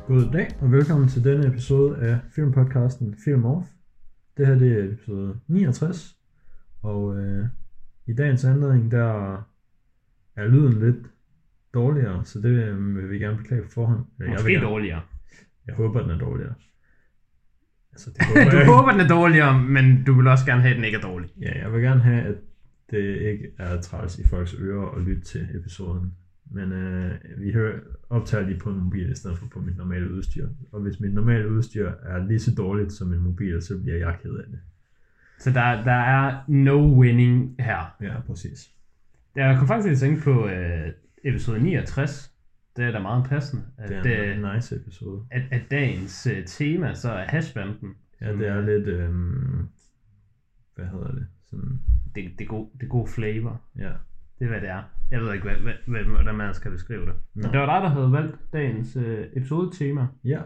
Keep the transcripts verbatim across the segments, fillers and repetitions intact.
God dag og velkommen til denne episode af filmpodcasten Film Off. Det her det er episode niogtres, og øh, i dagens anledning der er lyden lidt dårligere, så det øh, vil vi gerne beklage på forhånd. Måske jeg vil gerne, dårligere. Jeg håber den er dårligere. Altså, det håber du jeg. håber den er dårligere, men du vil også gerne have at den ikke er dårlig. Ja, jeg vil gerne have at det ikke er træls i folks ører at lytte til episoden. Men øh, vi hører, optager lige på en mobil i stedet for på mit normale udstyr. Og hvis mit normale udstyr er lige så dårligt som en mobil, så bliver jeg ked af det. Så der, der er no winning her. Ja, præcis. Jeg kom faktisk til at tænke på øh, episode niogtres. Det er da meget passende. At, det er en øh, nice episode. At, at dagens øh, tema så er hashbanden. Ja, det er lidt, øh, hvad hedder det? Sådan... Det, det, gode, det gode flavor. Ja. Det er, hvad det er. Jeg ved ikke, hvad, hvad, hvad, hvordan man skal beskrive det. No. Men det var dig, der havde valgt dagens øh, episode-tema. Ja.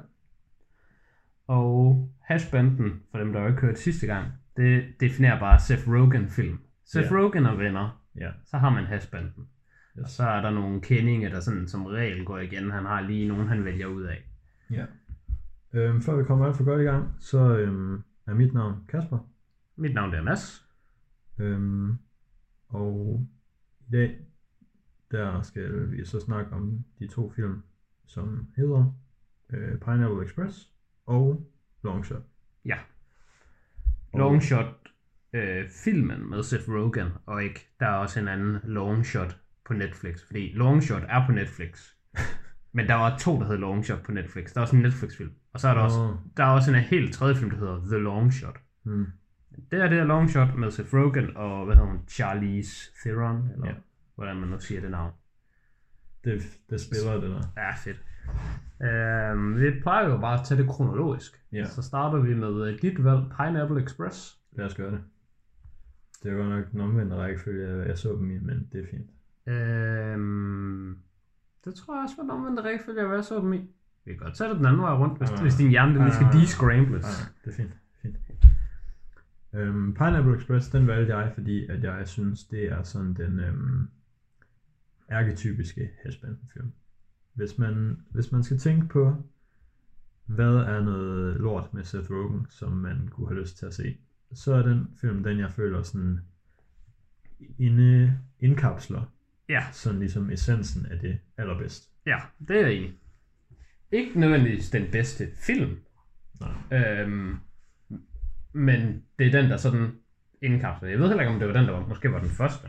Og hashbanden, for dem, der jo ikke hørt sidste gang, det definerer bare Seth Rogen-film. Seth yeah. Rogen og venner, yeah. så har man hashbanden. Yes. Og så er der nogle kendinger, der sådan som regel går igen. Han har lige nogen, han vælger ud af. Ja. Øhm, før vi kommer alt for godt i gang, så øhm, er mit navn Kasper. Mit navn er Mads. Øhm, og i dag, der skal vi så snakke om de to film, som hedder øh, Pineapple Express og Long Shot. Ja. Long Shot, øh, filmen med Seth Rogen, og ikke, der er også en anden Long Shot på Netflix, fordi Long Shot er på Netflix. Men der var to, der hedder Long Shot på Netflix. Der er også en Netflix-film. Og så er der, oh. også, der er også en helt tredje film, der hedder The Long Shot. Hmm. Det er det her Long Shot med Seth Rogen og, hvad hedder hun, Charlize Theron, eller ja. hvordan man nu siger det navn. Det, det spiller det der. Ja, fedt. Øhm, vi plejer jo bare at tage det kronologisk. Ja. Så starter vi med dit valg, Pineapple Express. Lad os gøre det. Det er jo nok den omvendte rækkefølge, jeg så dem i, men det er fint. Øhm, det tror jeg også var den omvendte rækkefølge, jeg så dem i. Vi kan godt tage det den anden vej rundt, hvis, ah, hvis din hjerne den lige skal ah, descrambles. Ah, det er fint. fint. Øhm, Pineapple Express, den valgte jeg, fordi at jeg synes, det er sådan den øhm, arketypiske hashbanden-film. Hvis man, hvis man skal tænke på, hvad er noget lort med Seth Rogen, som man kunne have lyst til at se, så er den film, den jeg føler sådan inde, indkapsler, ja. Sådan ligesom essensen af det allerbedste. Ja, det er jeg enig. Ikke nødvendigvis den bedste film, nej. Øhm, men det er den, der sådan indkapsler. Jeg ved heller ikke, om det var den, der var, måske var den første.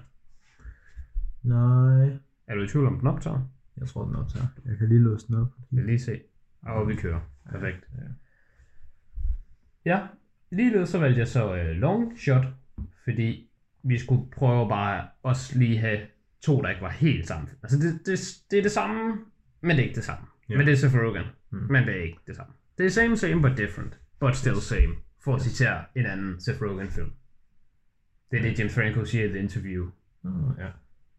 Nej. Er du i tvivl om den optager? Jeg tror, den optager. Jeg kan lige låse den op. Jeg kan lige se. Og vi kører. Perfekt. Ja, ja. ja ligeledes så valgte jeg så uh, Long Shot, fordi vi skulle prøve bare også lige have to, der ikke var helt sammen. Altså det, det, det er det samme, men det er ikke det samme. Yeah. Men det er Seth Rogen, mm. men det er ikke det samme. Det er same, same, but different. But still same. For at yes. citere en anden Seth Rogen film. Det er det, James Franco siger i The Interview. Uh, ja.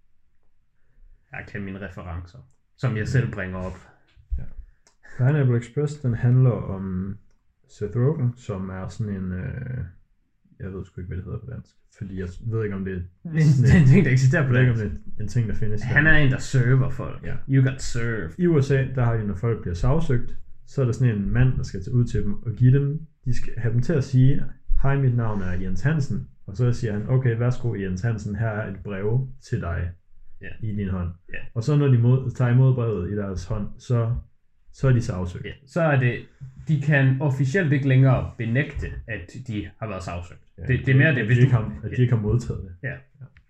Jeg kan mine referencer, som jeg selv bringer op. Ja. Pineapple Express, den handler om Seth Rogen, som er sådan en, øh, jeg ved sgu ikke, hvad det hedder på dansk, fordi jeg ved ikke, om det er en, en ting, der eksisterer på dansk. Jeg ved ikke, om det er en ting, der findes. Han er en, der server folk. Ja. You got served. I U S A, der har de, når folk bliver sagsøgt, så er der sådan en mand, der skal tage ud til dem og give dem, de skal have dem til at sige, hej, mit navn er Jens Hansen, og så siger han, okay, værsgo Jens Hansen, her er et brev til dig. Yeah. I din hånd. Yeah. Og så når de mod, tager imod brevet i deres hånd, så, så er de sagsøgt. Yeah. Så er det, de kan officielt ikke længere benægte, at de har været sagsøgt. Yeah. Det, det er mere det, hvis de ikke du... har, at de ikke har modtaget det. Yeah.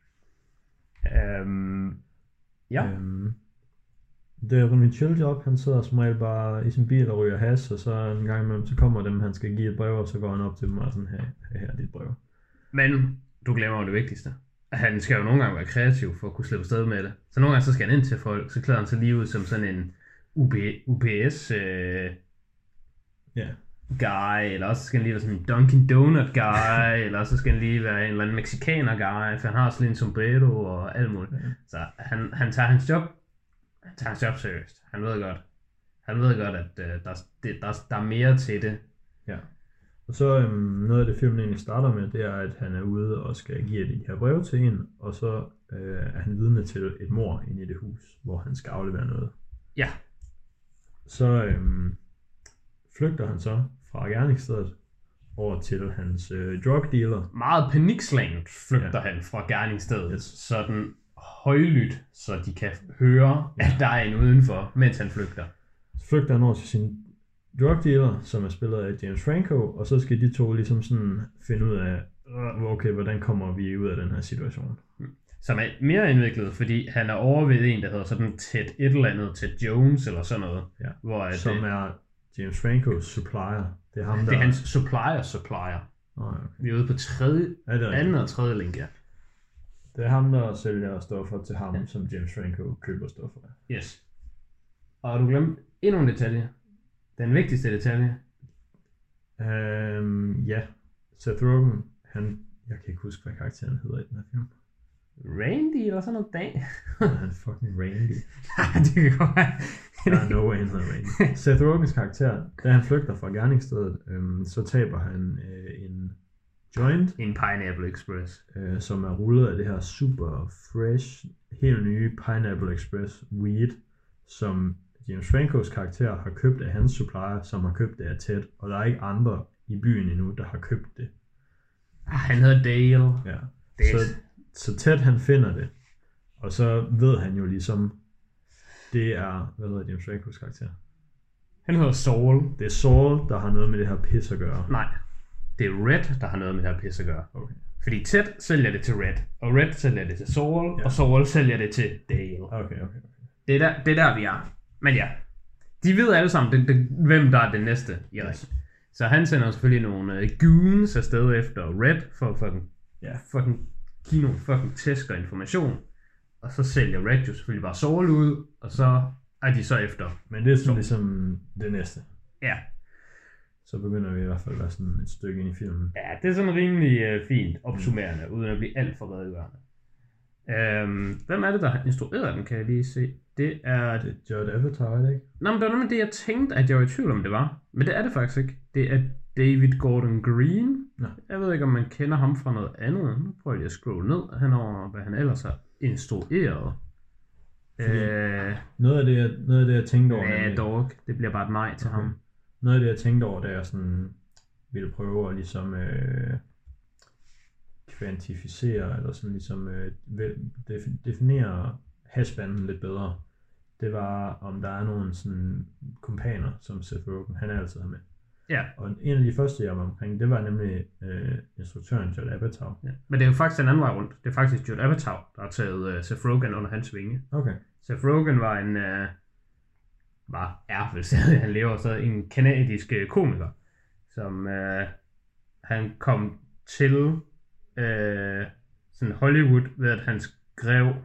Ja. Um, ja. Um, det er rimelig chill job. Han sidder som regel bare i sin bil og ryger has, og så en gang imellem, så kommer dem, han skal give et brev, og så går han op til dem og sådan, her, her er dit brev. Men du glemmer jo det vigtigste. Han skal jo nogle gange være kreativ for at kunne slippe sted med det. Så nogle gange så skal han ind til folk, så klæder han sig lige ud som sådan en U P S øh, yeah. guy, eller også skal han lige være sådan en Dunkin' Donut guy, eller så skal han lige være en eller anden mexikaner guy, for han har sådan en sombrero og alt muligt. Yeah. Så han, han tager hans job, han tager hans job seriøst. Han ved godt, han ved godt, at uh, der, det, der, der er mere til det. Ja. Og så øhm, noget af det filmen egentlig starter med, det er, at han er ude og skal give de her breve til en, og så øh, er han vidne til et mord inde i det hus, hvor han skal aflevere noget. Ja. Så øhm, flygter han så fra gerningsstedet over til hans øh, drug dealer. Meget panikslagent flygter Ja. han fra gerningsstedet, Yes. sådan højlydt, så de kan høre, at der er en udenfor, mens han flygter. Så flygter han over til sin drug dealer, som er spillet af James Franco, og så skal de to ligesom sådan finde ud af, øh, okay, hvordan kommer vi ud af den her situation. Som er mere indviklet, fordi han er over ved en, der hedder sådan Ted et eller andet, Ted Jones eller sådan noget. Ja. Hvor at, Som øh, er James Francos supplier. Det er ham, der... det er hans supplier supplier. Oh, okay. Vi er ude på tredje, Ja, det er anden rigtigt. og tredje link, ja. Det er ham, der sælger stoffer til ham, Ja. som James Franco køber stoffer af. Yes. Og du glemte endnu en detalje. Den vigtigste detalje. Øhm, ja, Seth Rogen, han... Jeg kan ikke huske, hvad karakteren hedder i den her film. Randy eller sådan noget dag. Han er fucking Randy. det kan godt være. Der er no way, han hedder Randy. Seth Rogens karakter, da han flygter fra gerningsstedet, øhm, så taber han øh, en joint, En Pineapple Express. øh, som er rullet af det her super fresh, helt nye Pineapple Express weed, som James Francos karakter har købt af hans supplier, som har købt det af Ted, og der er ikke andre i byen endnu, der har købt det. Ah, han hedder Dale. Ja. Det er- Så, så Ted han finder det, og så ved han jo ligesom, det er, hvad hedder James Francos karakter? Han hedder Saul. Det er Saul, der har noget med det her pis at gøre. Nej, det er Red, der har noget med det her pis at gøre. Okay. Fordi Ted sælger det til Red, og Red sælger det til Saul, Ja. og Saul sælger det til Dale. Okay, okay, okay. Det er der, det er der vi er. Men ja, de ved alle sammen, det, det, hvem der er den næste i Yes. rækken. Så han sender selvfølgelig nogle uh, goons afsted efter Red, for at fucking, Ja. fucking give nogle fucking tæsk og information. Og så sælger Red jo selvfølgelig bare Saul ud, og så er de så efter. Men det er sådan ligesom det næste. Ja, Så begynder vi i hvert fald at være sådan et stykke ind i filmen. ja det er sådan rimelig uh, fint opsummerende, uden at blive alt for redegørende. Øhm, hvem er det, der har instrueret den, kan jeg lige se. Det er... Det er Judd Apatow, er det ikke? Nå, men det var nemlig det, jeg tænkte, at jeg var i tvivl om, det var. Men det er det faktisk ikke. Det er David Gordon Green. Nå. Jeg ved ikke, om man kender ham fra noget andet. Nu prøver jeg lige at scrolle ned henover, hvad han ellers har instrueret. Fordi- Øh, Noget af det, jeg, noget af det, jeg tænkte over, ja, nemlig- dog. Det bliver bare et nej til Okay. ham. noget af det, jeg tænkte over, da jeg sådan ville prøve at ligesom øh, kvantificere, eller sådan ligesom øh, vel- defi- definere hashbanden lidt bedre, det var, om der er nogle sådan kompaner, som Seth Rogen, han altid har med. Ja. Og en af de første, jeg var omkring, det var nemlig øh, instruktøren Judd Apatow. Ja. Men det er jo faktisk en anden vej rundt. Det er faktisk Judd Apatow, der har taget uh, Seth Rogen under hans vinge. Okay. Seth Rogen var en, uh, var, er vel stadig, han lever stadig, en kanadisk uh, komiker, som uh, han kom til uh, sådan Hollywood ved, at han skrev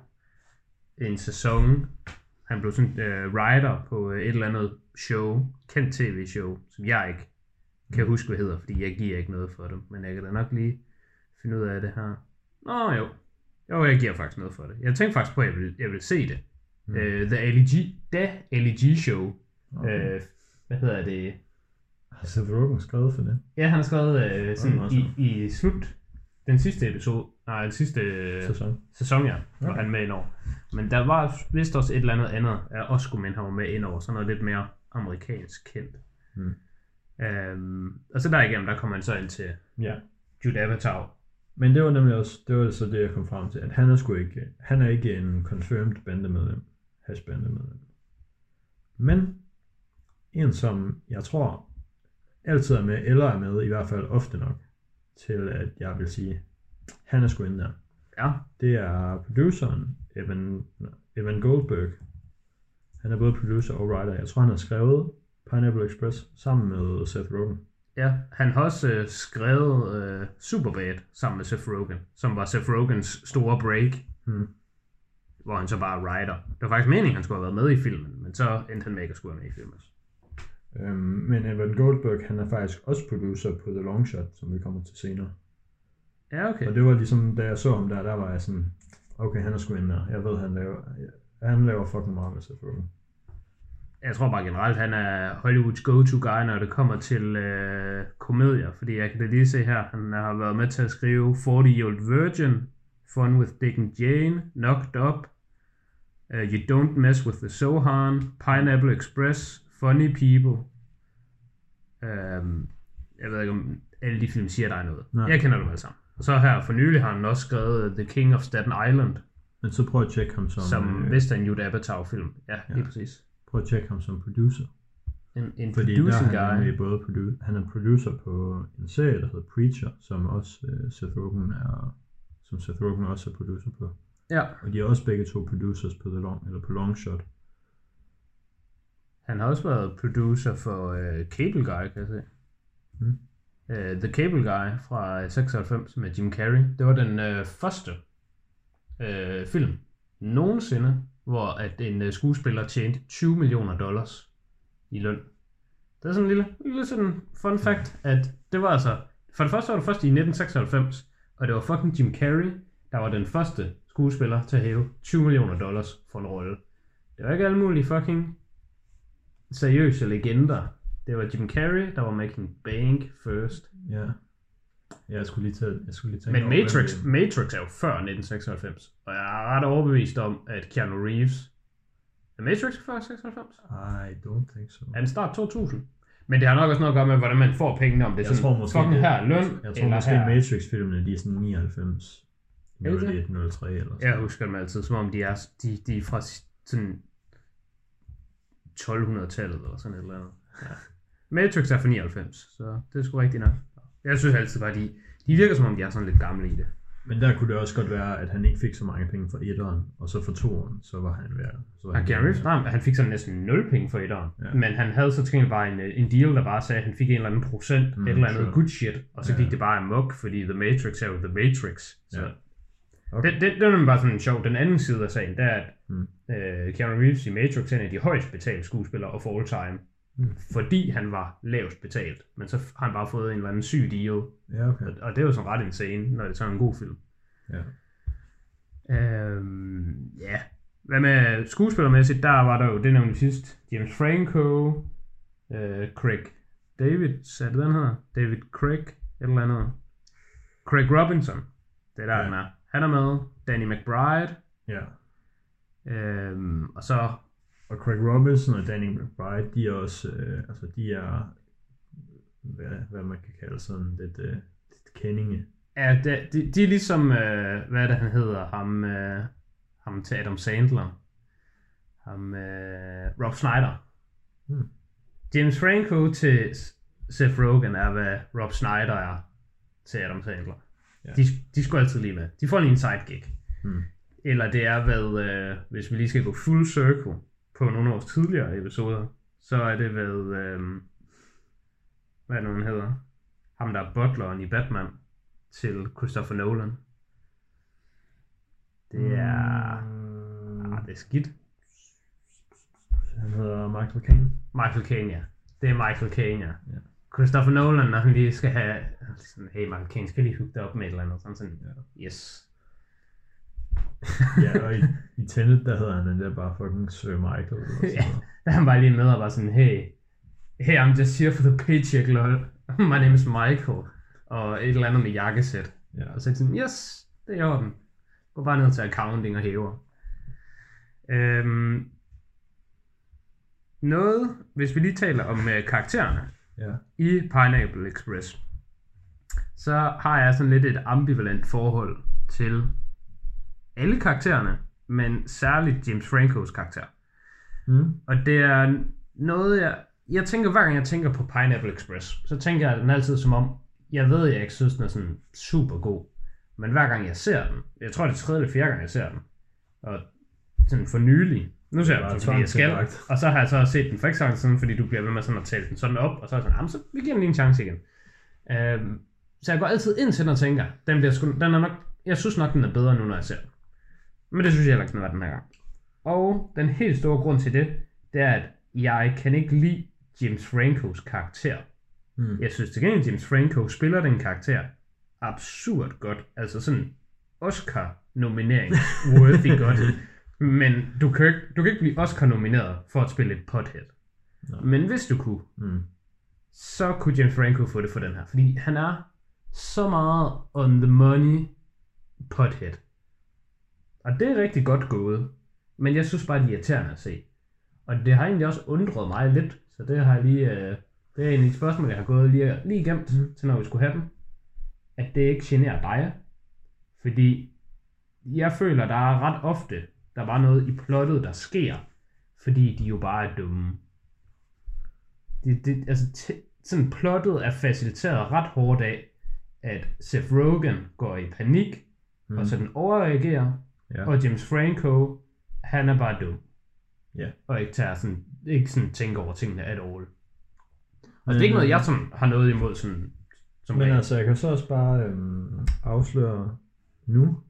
en sæson. Han blev sådan uh, writer på uh, et eller andet show, kendt tv-show, som jeg ikke kan huske, hvad hedder, fordi jeg giver ikke noget for det, men jeg kan da nok lige finde ud af det her. Nå jo, jo, jeg giver faktisk noget for det. Jeg tænkte faktisk på, at jeg vil, jeg vil se det. Mm. Uh, The L E G, The L E G Show. Okay. Uh, hvad hedder det? Har Seth Rogen skrevet for det? Ja, han har skrevet uh, sådan meget i, i slut, den sidste episode, nej, den sidste øh, Sæson. sæson, ja, var Okay. han med ind over. Men der var vist også et eller andet andet, af Oscar-mænd, han var med ind over, sådan noget lidt mere amerikansk kendt. Mm. Um, og så derigennem, der kom han så ind til Ja. Judd Apatow. Men det var nemlig også, det var så det, jeg kom frem til, at han er sgu ikke, han er ikke en confirmed bandemedlem, hash bandemedlem. Men en, som jeg tror altid er med, eller er med, i hvert fald ofte nok, til at jeg vil sige, han er sgu inde der. Ja, Det er produceren, Evan, Evan Goldberg. Han er både producer og writer. Jeg tror, han har skrevet Pineapple Express sammen med Seth Rogen. ja. Han har også øh, skrevet øh, Superbad sammen med Seth Rogen, som var Seth Rogens store break, Hmm. hvor han så bare er writer. Det var faktisk meningen, han skulle have været med i filmen, men så endte han med ikke at skulle være med i filmen. Øhm, men Evan Goldberg, han er faktisk også producer på The Long Shot, som vi kommer til senere. Ja, okay. Og det var ligesom, da jeg så ham der, der var jeg sådan, okay, han er sgu inde der. Jeg ved, han laver, han laver fucking meget med Seth Rogen. Jeg tror bare generelt, han er Hollywoods go-to guy, når det kommer til øh, komedier. Fordi jeg kan da lige se her, han har været med til at skrive forty Year Old Virgin, Fun with Dick and Jane, Knocked Up, uh, You Don't Mess with the Sohan, Pineapple Express, Funny People. Øhm, jeg ved ikke, om alle de film siger dig noget. Nej. Jeg kender dem alle sammen. Og så her for nylig har han også skrevet The King of Staten Island. Men så prøv at tjekke ham som... Som øh, vist er en Judd Apatow-film. Ja, Ja. lige præcis. Prøv at tjekke ham som producer. En, en Fordi der producing er han guy. nemlig både produ- han er producer på en serie, der hedder Preacher, som også uh, Seth Rogen er, som Seth Rogen også er producer på. Ja. Og de er også begge to producers på The Long, eller på Long Shot. Han har også været producer for uh, Cable Guy, kan jeg se. Mm. Uh, The Cable Guy fra seksoghalvfems med Jim Carrey. Det var den uh, første uh, film nogensinde, hvor at en uh, skuespiller tjente tyve millioner dollars i løn. Det er sådan en lille, lille sådan fun fact, at det var altså, for det første var det først i nitten seksoghalvfems, og det var fucking Jim Carrey, der var den første skuespiller til at hæve tyve millioner dollars for en rolle. Det var ikke alle mulige fucking seriøse legender. Det var Jim Carrey, der var making bank first. Ja. Ja, jeg skulle lige, tage, jeg skulle lige tænke Men over, Matrix, hvem Matrix er jo før nitten seksoghalvfems, og jeg er ret overbevist om, at Keanu Reeves... Er Matrix før seksoghalvfems? det- I don't think so. Er den start to tusind? Men det har nok også noget at gøre med, hvordan man får pengene, om det er Jeg sådan, tror måske, fucking det- her løn, Jeg tror eller måske, her... Matrix-filmene, de er sådan nioghalvfems, Er det det? nul et, nul tre eller sådan. Jeg husker dem altid, som om de er, de, de er fra sådan tolv hundrede-tallet eller sådan et eller andet. Ja. Matrix er fra nioghalvfems, så det er sgu rigtigt nok. Jeg synes altid bare, de, de virker som om, de er sådan lidt gamle i det. Men der kunne det også godt være, at han ikke fik så mange penge for etteren, og så for toeren, så var han ved at... så var Og Keanu Reeves, nej, han fik sådan næsten nul penge for etteren. Ja. Men han havde så til gengæld bare en, en deal, der bare sagde, at han fik en eller anden procent, Mm, et eller andet sure. good shit, og så Ja. gik det bare amok, fordi The Matrix er jo The Matrix. Så Ja. Okay. det, det, det er nemlig bare sådan en sjov. Den anden side af sagen, det er, at Mm. øh, Keanu Reeves i Matrix er en af de højst betalte skuespillere of all time. Mm. Fordi han var lavest betalt. Men så har han bare fået en eller anden syg deal. Ja, okay. Og, og det er jo sådan ret insane, når det er sådan en god film. Ja. Øhm, ja. Hvad med skuespillermæssigt, der var der jo, det nævnte vi sidst, James Franco, øh, Craig David, er det den her? David Craig, et eller andet. Craig Robinson, det er der, Ja. han er. Han er med. Danny McBride. Ja. Øhm, og så, Og Craig Robinson og Danny McBride, de er også, øh, altså de er, hvad, hvad man kan kalde sådan lidt, øh, lidt kendinge. ja, de, de, de er ligesom, øh, hvad er det han hedder, ham, øh, ham til Adam Sandler. Ham, øh, Rob Schneider. Hmm. James Franco til Seth Rogen er, hvad Rob Schneider er til Adam Sandler. Ja. De, de skulle altid lige med. De får lige en sidekick. Hmm. Eller det er, hvad, øh, hvis vi lige skal gå full circle på nogle års tidligere episoder, så er det ved, øh, hvad er det nu, han hedder? Ham, der er butleren i Batman til Christopher Nolan. Det er... Mm. Ah, det er skidt. Han hedder Michael Caine. Michael Caine, ja. Det er Michael Caine, ja. Ja. Christopher Nolan, når han lige skal have... Sådan, hey, Michael Caine, skal lige hooke dig op med et eller andet. Sådan sådan, Ja. yes. Ja, og i, i Tenet, der hedder han den der bare fucking Sir Michael. Eller sådan Ja. noget. Der er han bare lige med og bare sådan, hey, hey, I'm just here for the paycheck, lol. My name is Michael. Og et eller andet med jakkesæt. Ja. Og så er det sådan, yes, det er i orden. Gå bare ned til accounting og hæver. Øhm, noget, hvis vi lige taler om uh, karaktererne Ja. i Pineapple Express, så har jeg sådan lidt et ambivalent forhold til alle karaktererne, men særligt James Francos karakter. Mm. Og det er noget, jeg... Jeg tænker, hver gang jeg tænker på Pineapple Express, så tænker jeg den altid som om, jeg ved, jeg ikke synes, den er sådan super god. Men hver gang jeg ser den, jeg tror, det er tredje eller fjerde gang, jeg ser den, og sådan for nylig, nu ser jeg den, Bare sådan, fordi jeg skal, tvangsindlagt. og så har jeg så set den for ikke så lang tid siden, fordi du bliver ved med sådan at tale den sådan op, og så er jeg sådan, jamen, så vi giver den lige en chance igen. Øhm, så jeg går altid ind til den og tænker, den, bliver sgu, den er nok, jeg synes nok, den er bedre nu, når jeg ser den. Men det synes jeg heller ikke, den var den her gang. Og den helt store grund til det, det er, at jeg kan ikke lide James Francos karakter. Mm. Jeg synes til gengæld, James Franco spiller den karakter absurd godt. Altså sådan Oscar-nominering worthy godt. Men du kan, ikke, du kan ikke blive Oscar-nomineret for at spille et pothead. No. Men hvis du kunne, Mm. så kunne James Franco få det for den her. Fordi han er så meget on the money pothead. Og det er rigtig godt gået. Men jeg synes bare, det er irriterende at se. Og det har egentlig også undret mig lidt. Så det har jeg lige øh, det er en af de spørgsmål, jeg har gået lige, lige gemt mm. til, når vi skulle have dem. At det ikke generer dig. Fordi jeg føler, der er ret ofte, der var noget i plottet, der sker, fordi de jo bare er dumme. Det, det, altså, t- sådan plottet er faciliteret ret hårdt af, at Seth Rogen går i panik, mm. og så den overreagerer, ja. Og James Franco, han er bare dum. Ja. Og ikke, tager sådan, ikke sådan tænker over tingene at all. Og det er ikke noget, jeg sådan, har noget imod sådan, som Men regel. altså, jeg kan så også bare øhm, afsløre nu,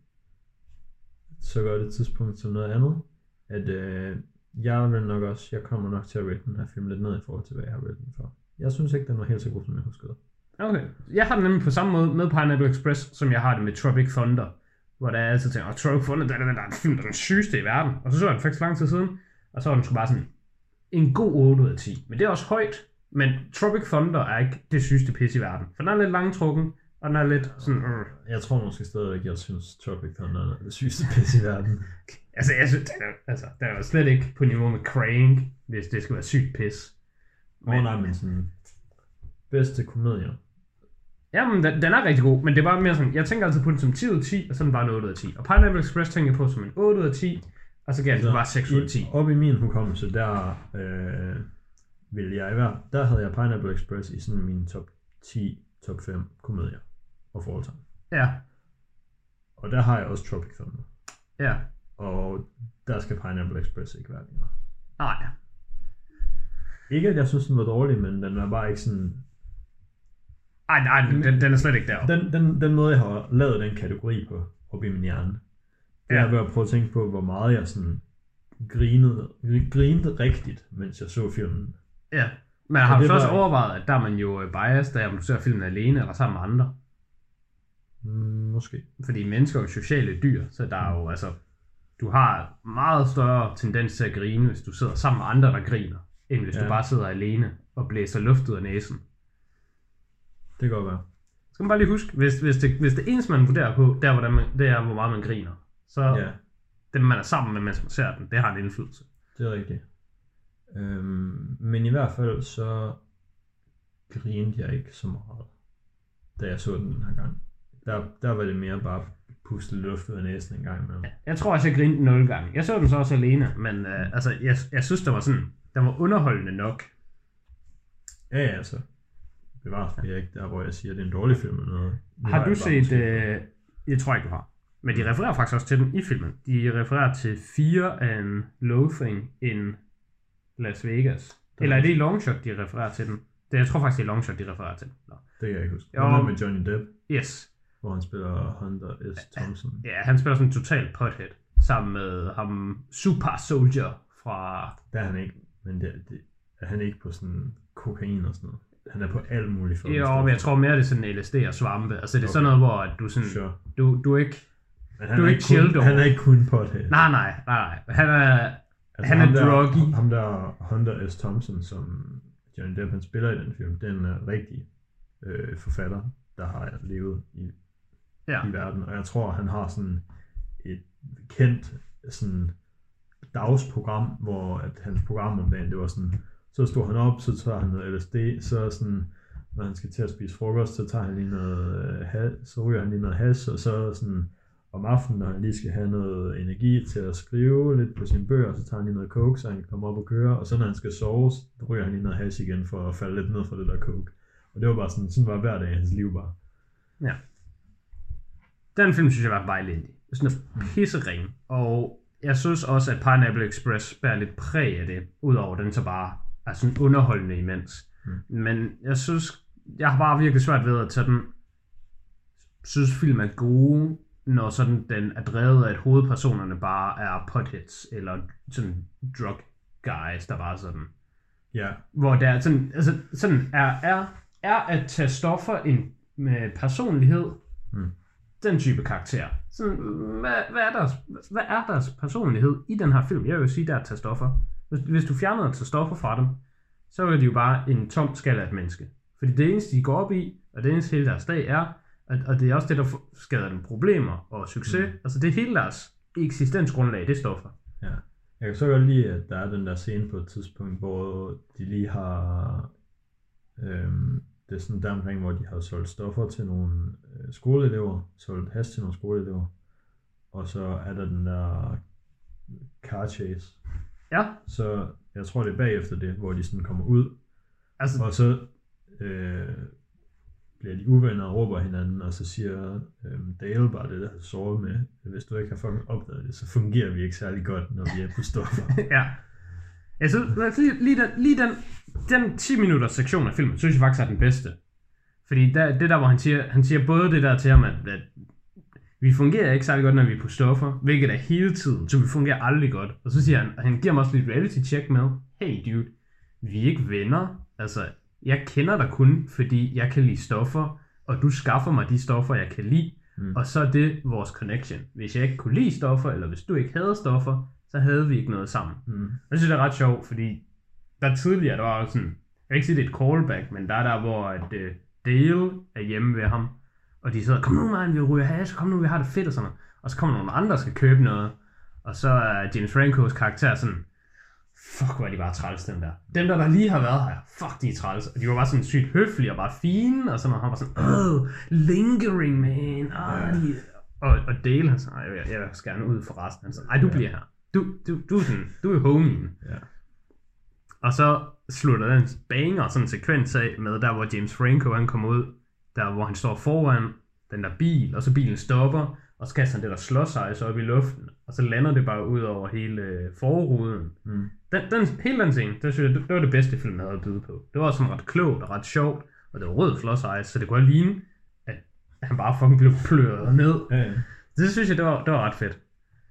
så godt et tidspunkt som noget andet, at øh, jeg vil nok også, jeg kommer nok til at rate den her film lidt ned i forhold til, hvad jeg har rated den for. Jeg synes ikke, den var helt så god, som jeg huskede. Okay. Jeg har det nemlig på samme måde med Pineapple Express, som jeg har det med Tropic Thunder. Hvor der er altid tænker, at Tropic Thunder, der er den der film, der er den sygeste i verden. Og så så jeg den faktisk lang tid siden, og så var den sgu bare sådan en god otte ud af ti. Men det er også højt, men Tropic Thunder er ikke det sygeste pis i verden. For den er lidt langtrukken, og den er lidt sådan... Uh. Jeg tror måske stadig, at jeg synes, Tropic Thunder er det sygeste pis i verden. altså, jeg synes, den er, altså, den er slet ikke på niveau med Crank, hvis det skal være sygt pis. Åh oh, nej, men sådan... Bedste komedier. Jamen, den, den er rigtig god, men det er bare mere sådan, jeg tænker altid på den som ti ud af ti, og så er den bare en otte ud af ti. Og Pineapple Express tænker jeg på som en otte ud af ti, og så gav jeg den bare seks ud af ti. Op i min hukommelse, der øh, ville jeg være, der havde jeg Pineapple Express i sådan min top ti, top fem komedier og forhold. Ja. Og der har jeg også Tropic Thunder. Ja. Og der skal Pineapple Express ikke være længere. Nej. Ikke at jeg synes, den var dårlig, men den var bare ikke sådan... Ej, nej, den, den er slet ikke deroppe. Den, den, den måde, jeg har lavet den kategori på, op i min hjerne, det er ved at prøve at tænke på, hvor meget jeg sådan grinede, grinede rigtigt, mens jeg så filmen. Ja, men har du så var... også overvejet, at der er man jo biased, der om du ser filmen alene eller sammen med andre? Mm, måske. Fordi mennesker er jo sociale dyr, så der er jo altså... Du har meget større tendens til at grine, hvis du sidder sammen med andre, der griner, end hvis ja. du bare sidder alene og blæser luft ud af næsen. Det kan godt være. Skal man bare lige huske, hvis, hvis, det, hvis det eneste, man vurderer på, der, hvordan man, det er, hvor meget man griner, så ja. Dem, man er sammen med, mens man ser den, det har en indflydelse. Det er rigtigt. Øhm, men i hvert fald, så grinede jeg ikke så meget, da jeg så den den her gang. Der, der var det mere bare puste luft ud af næsen en gang imellem. Ja, jeg tror også, jeg grinede nul gange. Jeg så den så også alene, men øh, altså, jeg, jeg synes, det var sådan, den var underholdende nok. Ja, ja, altså. Bevares mig ikke der, hvor jeg siger, at det er en dårlig film eller noget. Nu har, har du set, øh, jeg tror ikke du har, men de refererer faktisk også til den i filmen. De refererer til Fear and Loathing in Las Vegas. Eller er det i Longshot, de refererer til den? Det, jeg tror faktisk, det er Longshot, de refererer til den. Nå. Det kan jeg ikke huske. Jo, med Johnny Depp. Yes. Hvor han spiller Hunter S. Thompson. Ja, han spiller sådan en total pothead. Sammen med ham Super Soldier fra... Der er han ikke, men det, det, er han ikke på sådan kokain og sådan noget. Han er på alt muligt for. Jo, men jeg tror mere, det er sådan L S D og svampe. Altså det er okay. Sådan noget, hvor du sådan... Sure. Du, du er ikke... Men han du er, er ikke chill, kun, han er ikke kun pothead. Nej, nej, nej, nej. Han er... Altså, han er druggy. Ham der Hunter S. Thompson, som Johnny Depp han spiller i den film, den er rigtig øh, forfatter, der har levet i, ja. i verden. Og jeg tror, han har sådan et kendt sådan dagsprogram, hvor at hans program om dagen, det var sådan, så stod han op, så tager han noget L S D, så sådan, når han skal til at spise frokost, så tager han lige noget øh, så ryger han lige noget hash, og så sådan om aftenen, når han lige skal have noget energi til at skrive lidt på sine bøger, så tager han lige noget coke, så han kan komme op og køre, og så når han skal sove, så ryger han lige noget hash igen for at falde lidt ned fra det der coke. Og det var bare sådan, sådan var hver dag i hans liv bare. Ja. Den film synes jeg var bare elendig. Sådan en pissering. Og jeg synes også, at Pineapple Express bærer lidt præg af det, udover den så bare er sådan underholdende imens. Mm. Men jeg synes, jeg har bare virkelig svært ved at tage den, synes film er gode, når sådan den er drevet af, at hovedpersonerne bare er potheads, eller sådan drug guys, der bare sådan. Ja. Yeah. Hvor der er sådan, altså sådan er, er, er at tage stoffer en med personlighed, mm. den type karakter. Sådan, hvad, hvad, er deres, hvad er deres personlighed i den her film? Jeg vil sige, der er at tage stoffer. Hvis, hvis du fjerner at tage stoffer fra dem, så er de jo bare en tom skal af et menneske. Fordi det eneste, de går op i, og det eneste hele deres dag er, at, og det er også det, der skader dem problemer og succes. Mm. Altså det er hele deres eksistensgrundlag, det er stoffer. Ja. Jeg kan så godt lide, at der er den der scene på et tidspunkt, hvor de lige har Øhm, det er sådan der omkring, hvor de har solgt stoffer til nogle øh, skoleelever, solgt hash til nogle skoleelever, og så er der den der car chase. Ja. Så jeg tror, det er bagefter det, hvor de sådan kommer ud, Altså, og så øh, bliver de uvenner og råber hinanden, og så siger øh, Dale bare det, der har sovet med. Hvis du ikke har fucking opdaget det, så fungerer vi ikke særlig godt, når vi er på stoffer. ja. Jeg synes, lige, lige, den, lige den, den ti minutters sektion af filmen, synes jeg faktisk er den bedste. Fordi der, det der, hvor han siger, han siger både det der til ham, at, at vi fungerer ikke særlig godt, når vi er på stoffer, hvilket er hele tiden, så vi fungerer aldrig godt. Og så siger han, han giver mig også lidt reality check med, hey dude, vi er ikke venner, altså jeg kender dig kun, fordi jeg kan lide stoffer, og du skaffer mig de stoffer, jeg kan lide, mm. og så er det vores connection. Hvis jeg ikke kunne lide stoffer, eller hvis du ikke havde stoffer, så havde vi ikke noget sammen. Mm. Jeg synes, det er ret sjovt, fordi der tidligere, der var sådan, jeg vil ikke sige, det er et callback, men der er der, hvor at, uh, Dale er hjemme ved ham, og de sidder, kom nu man, vi ryger hash, kom nu, vi har det fedt og sådan noget. Og så kommer nogle andre, der skal købe noget, og så er James Francos karakter sådan, fuck, hvor er de bare træls, dem der. Dem der, der lige har været her, fuck, de er træls. Og de var bare sådan sygt høflige og bare fine, og sådan noget. Han var sådan, oh, lingering, man. Oh, de... og, og Dale, han sagde, jeg, jeg vil gerne ud for resten. Han sagde, ej, du bliver her. Du, du, du, er, sådan, du er homien. Ja. Og så slutter den banger sådan en sekvens af med, der hvor James Franco, han kommer ud, der hvor han står foran den der bil, og så bilen stopper, og så kaster han det der slåsejs op i luften, og så lander det bare ud over hele forruden. Mm. Den, den, hele den scene, det, synes jeg, det, det var det bedste film, jeg havde at byde på. Det var også ret klogt og ret sjovt, og det var rød slåsejs, så det kunne ligne, at han bare fucking blev pløret ned. Ja, ja. Det synes jeg, det var, det var ret fedt.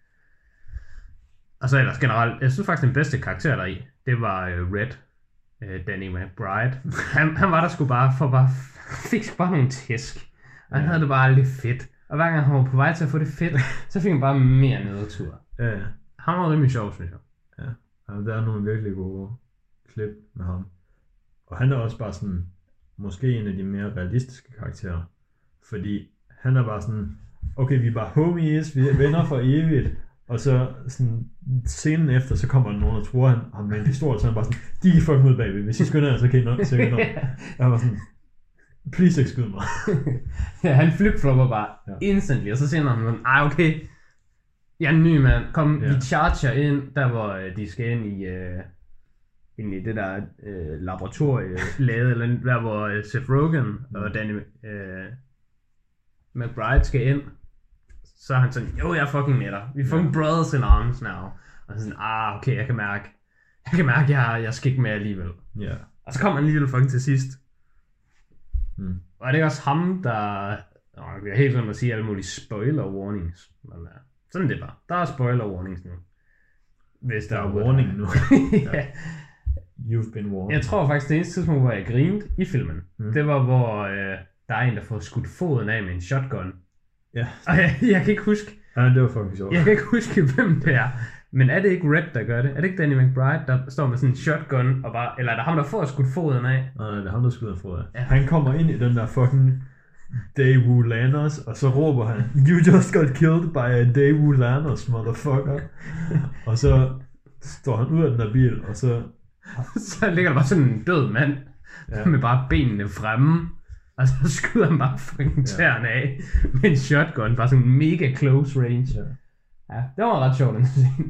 Og så ellers generelt, jeg synes faktisk, den bedste karakter deri, det var uh, Red, uh, Danny McBride. Han, han var der sgu bare for bare, fik bare nogle tæsk. Og han ja. havde det bare aldrig fedt. Og hver gang han var på vej til at få det fedt, så fik han bare mere nedtur. Ja, ja. Han var rimelig sjov, synes jeg. Ja, ja, der er nogle virkelig gode klip med ham. Og han er også bare sådan, måske en af de mere realistiske karakterer. Fordi han er bare sådan, okay, vi er bare homies, vi er venner for evigt. Og så sådan, scenen efter, så kommer der nogen, der tror han ham med en pistol, så han bare sådan, de kan fucking ud bagved, hvis I skynder jer, så kan I nok søge noget. Jeg var sådan, please ikke skyde mig. Ja, han flip-flopper bare ja. instantly, og så siger han sådan, ej okay, jeg er en ny mand, kom, ja. vi charger ind, der hvor uh, de skal ind i, uh, ind i det der uh, laboratorielade, eller der hvor uh, Seth Rogen mm. og Danny uh, McBride skal ind. Så er han sådan, jo, jeg er fucking med dig. Vi er fucking yeah. brothers in arms now. Og så sådan, ah, okay, jeg kan mærke, jeg kan mærke, jeg, jeg skal ikke med alligevel. Yeah. Og så kommer han alligevel fucking til sidst. Mm. Og er det også ham, der, åh, jeg er helt sådan at sige alle mulige spoiler warnings. Men, uh, sådan det bare. Der er spoiler warnings nu. Hvis der, der er warning nu. Ja. You've been warned. Jeg tror faktisk, det eneste tidspunkt, hvor jeg grinede i filmen, mm. det var, hvor uh, der er en, der får skudt foden af med en shotgun. Ja. Og jeg, jeg kan ikke huske. Ja, det var fucking sjovt. Jeg kan ikke huske, hvem det er. Men er det ikke Red, der gør det? Er det ikke Danny McBride, der står med sådan en shotgun, og bare, eller er det ham, der får skudt foden af? Nej, det er ham, der skyder foden af. Ja. Han kommer ind i den der fucking Daewoo Landers, og så råber han, you just got killed by a Daewoo Landers, motherfucker. Og så står han ud af den der bil, og så... så ligger der bare sådan en død mand, ja. med bare benene fremme. Og så skyder han bare fucking tæerne af med en shotgun, bare sådan mega close range. Ja, ja det var ret sjovt, den scene.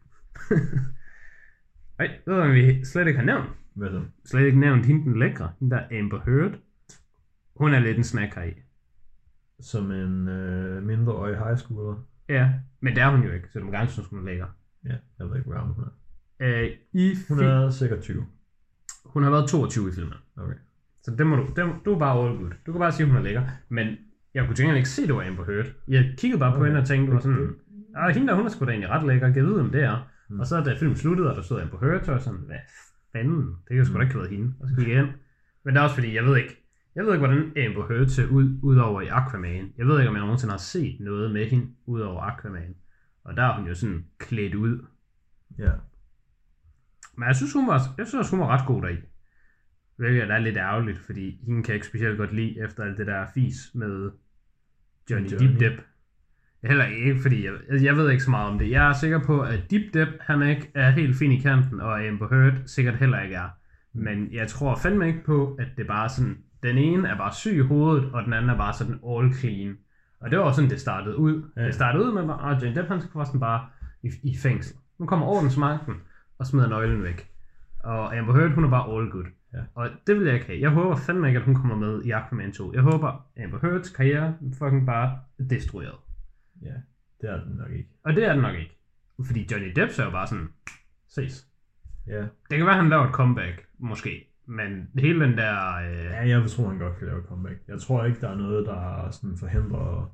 Ej, det var, vi slet ikke har nævnt. Hvad så? Slet ikke nævnt hende den lækre, hende der Amber Heard. Hun er lidt en snack her i. Som en øh, mindreårig high schooler. Ja, men det er hun jo ikke, så du må gerne synes, hun er lækker. Ja, jeg ved ikke, hvad hun er. Øh, i hun er sikkert tyve. Hun har været toogtyve i filmen. Okay. Så det må du, det, du er bare all good. Du kan bare sige, at hun er lækker. Men jeg kunne tænke ikke se, at du var Amber Heard. Jeg kiggede bare okay. på hende og tænkte, var sådan, ah, hende der, hun er sgu da egentlig ret lækker. Jeg ved, om det er. Mm. Og så da filmen sluttede, og der stod Amber Heard, så var sådan, hvad fanden? Det kan sgu da ikke have været hende. Og så gik jeg ind. Men det er også fordi, jeg ved ikke, jeg ved ikke, hvordan Amber Heard ser ud, ud over i Aquaman. Jeg ved ikke, om jeg nogensinde har set noget med hende, ud over Aquaman. Og der er hun jo sådan klædt ud. Ja. Yeah. Men jeg synes, hun var, jeg synes, hun var ret god deri. Hvilket er lidt ærgerligt, fordi hende kan jeg ikke specielt godt lide efter alt det der fis med Johnny, Johnny. Deep Depp. Heller ikke, fordi jeg, jeg ved ikke så meget om det. Jeg er sikker på, at Deep Depp, han ikke er helt fin i kanten, og Amber Heard sikkert heller ikke er. Men jeg tror fandme ikke på, at det bare sådan, den ene er bare syg i hovedet, og den anden er bare sådan all clean. Og det var også sådan, det startede ud. Ja. Det startede ud med, at Johnny Depp, han skal forresten bare i, i fængsel. Nu kommer ordensmagten og smider nøglen væk. Og Amber Heard, hun er bare all good. Ja. Og det vil jeg ikke have. Jeg håber fandme ikke, at hun kommer med i Aquaman to. Jeg håber, Amber Heards karriere fucking bare destrueret. Ja, det er den nok ikke. Og det er den nok ikke. Fordi Johnny Depp er jo bare sådan, ses. Ja. Det kan være, han laver et comeback, måske. Men hele den der... Øh... Ja, jeg tror, han godt kan lave et comeback. Jeg tror ikke, der er noget, der sådan forhindrer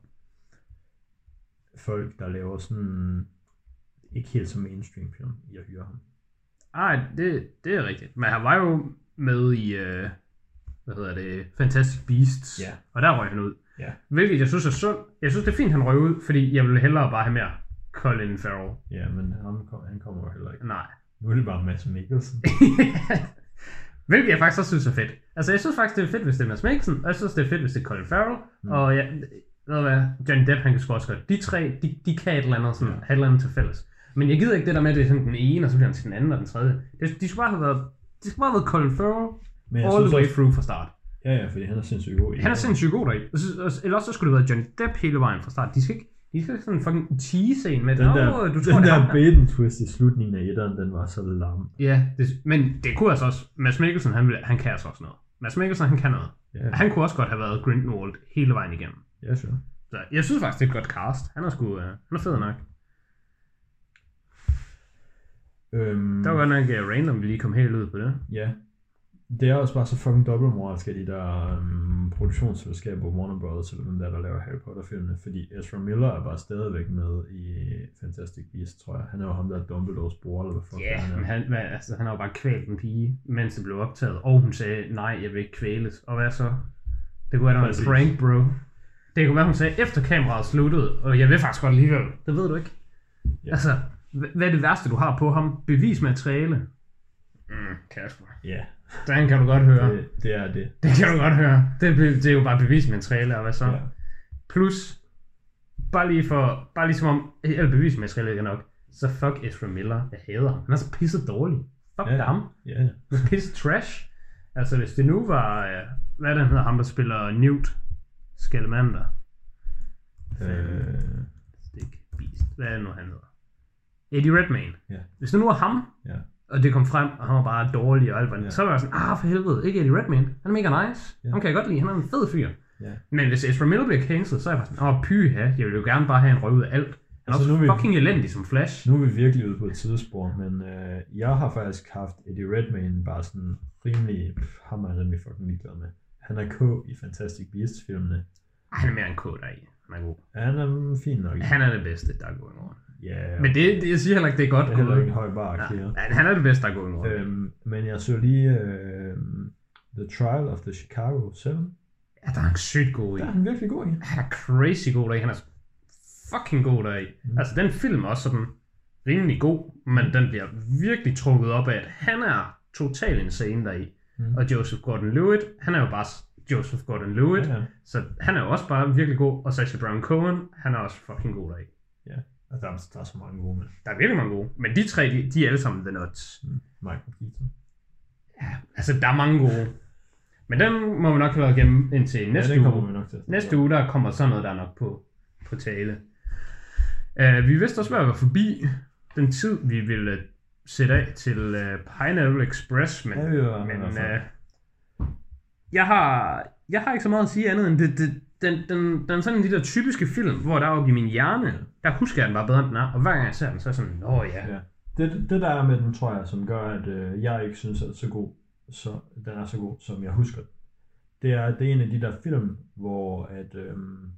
folk, der laver sådan... Ikke helt som mainstream film, i at hyre ham. Ej, det, det er rigtigt. Men han var jo med i... Øh... Hvad hedder det? Fantastic Beasts. Ja. Og der røg han ud. Ja. Hvilket jeg synes er sundt. Jeg synes, det er fint, han røg ud, fordi jeg ville hellere bare have mere Colin Farrell. Ja, men han, han kommer jo heller ikke. Nej. Nu er det bare Mads Mikkelsen. Hvilket jeg faktisk også synes er fedt. Altså, jeg synes faktisk, det er fedt, hvis det er Mads Mikkelsen, og jeg synes, det er fedt, hvis det er Colin Farrell. Mm. Og ja, ved du hvad, Johnny Depp, han kan sgu også godt. De tre, de, de kan et eller andet, sådan, ja. have et eller andet til fælles. Men jeg gider ikke det der med, at det er sådan den ene, og så bliver han til den anden og den tredje. Det, de skulle bare have været, de skulle bare have været Colin Farrell all the way også, through fra start. Ja, ja, fordi han er sindssygt god i Han er sindssygt god deri. Eller også så skulle det være Johnny Depp hele vejen fra start. De skal ikke, de skal ikke sådan fucking tease en med den det. Der, oh, du den tror, der bait twist i slutningen af etteren, den var så lam. Ja, det, men det kunne altså også, Mads Mikkelsen, han, han kan altså også noget. Mads Mikkelsen, han kan noget. Ja. Han kunne også godt have været Grindelwald hele vejen igennem. Ja, sure. Så jeg synes faktisk, det er et godt cast. Han er sgu, uh, han er fed nok. Øhm, der var godt nok uh, random, vi lige kom helt ud på det. Ja. Det er også bare så fucking dobbeltmoralsk af de der um, produktionsselskaber, Warner Brothers, eller hvem der, der laver Harry Potter-filmene, fordi Ezra Miller er bare stadigvæk med i Fantastic Beasts, tror jeg. Han er jo ham, der er Dumbledores bror, eller hvad fuck yeah, han er. men han, hvad, altså, han har jo bare kvælt en pige, mens det blev optaget, og hun sagde, nej, jeg vil ikke kvæles. Og hvad så? Det kunne være, der var en prank, bro. Det kunne være, hun sagde, efter kameraet sluttede, og jeg vil faktisk godt alligevel. Det ved du ikke. Yeah. Altså, hvad er det værste, du har på ham? Bevismateriale. Mm, Kasper. Ja. Yeah. Den kan du godt høre. Det, det er det. Det kan du godt høre. Det, det er jo bare bevismateriale, og hvad så? Ja. Plus, bare lige for, bare lige som om, eller bevismateriale ikke er nok, så fuck Ezra Miller, jeg hader ham. Han er så pisset dårlig. Fuck ja. ham. Ja. Han er pisset trash. Altså hvis det nu var, hvad den hedder, ham der spiller Newt Scamander. Øh... Stick Beast. Hvad er det nu, han hedder? Eddie Redmayne. Ja. Hvis det nu var ham, ja. og det kom frem, og han var bare dårlig og alt ja. Så var jeg sådan, ah for helvede, ikke Eddie Redmayne. Han er mega nice. Ja. Ham kan jeg godt lide, han er en fed fyr. Ja. Men hvis Ezra Miller bliver cancelled, så er jeg bare sådan, åh pyha, jeg vil jo gerne bare have en røv ud af alt. Han er altså, også fucking vi, elendig som Flash. Nu er vi virkelig ude på et tidsspor, men øh, jeg har faktisk haft Eddie Redmayne bare sådan rimelig, pff, ham er jeg rimelig fucking ligeglad med. Han er K i Fantastic Beasts-filmene. Han er mere en K deri. Han er god. Han er fin nok. Han er det bedste, der er going on. Yeah, men det, det, jeg siger heller ikke, det er godt. Det er heller ikke en høj bar, ja, ja, han er det bedste, der er going on. Øhm, men jeg så lige øh, The Trial of the Chicago syv. Ja, der er han sygt god i. Der er han virkelig god i. Han er crazy god deri. Han er fucking god deri. Mm. Altså, den film er også sådan rimelig god, men den bliver virkelig trukket op af, at han er totalt insane deri. Mm. Og Joseph Gordon-Levitt, han er jo bare Joseph Gordon-Levitt, ja, ja. Så han er jo også bare virkelig god. Og Sacha Baron Cohen, han er også fucking god deri. Ja. Der er, der er så mange gode med. Der er virkelig mange gode. Men de tre, de, de er alle sammen the nuts. Mm. Michael Keaton. Ja, altså der er mange gode. Men den må vi nok have igennem indtil næste ja, uge. Vi nok til. Næste uge, der kommer sådan noget, der er nok på, på tale. Uh, vi vidste også, at vi var forbi den tid, vi ville uh, sætte af til uh, Pineapple Express. Men, ja, vi var, men uh, jeg, har, jeg har ikke så meget at sige andet end det, det Den, den, den er sådan en af de der typiske film, hvor der oppe i min hjerne, der husker jeg den bare bedre, end den er. Og hver gang jeg ser den, så er jeg sådan, åh ja. ja. Det, det der er med den, tror jeg, som gør, at øh, jeg ikke synes, at så god, så, den er så god, som jeg husker den. Det er, det er en af de der film, hvor at, øh,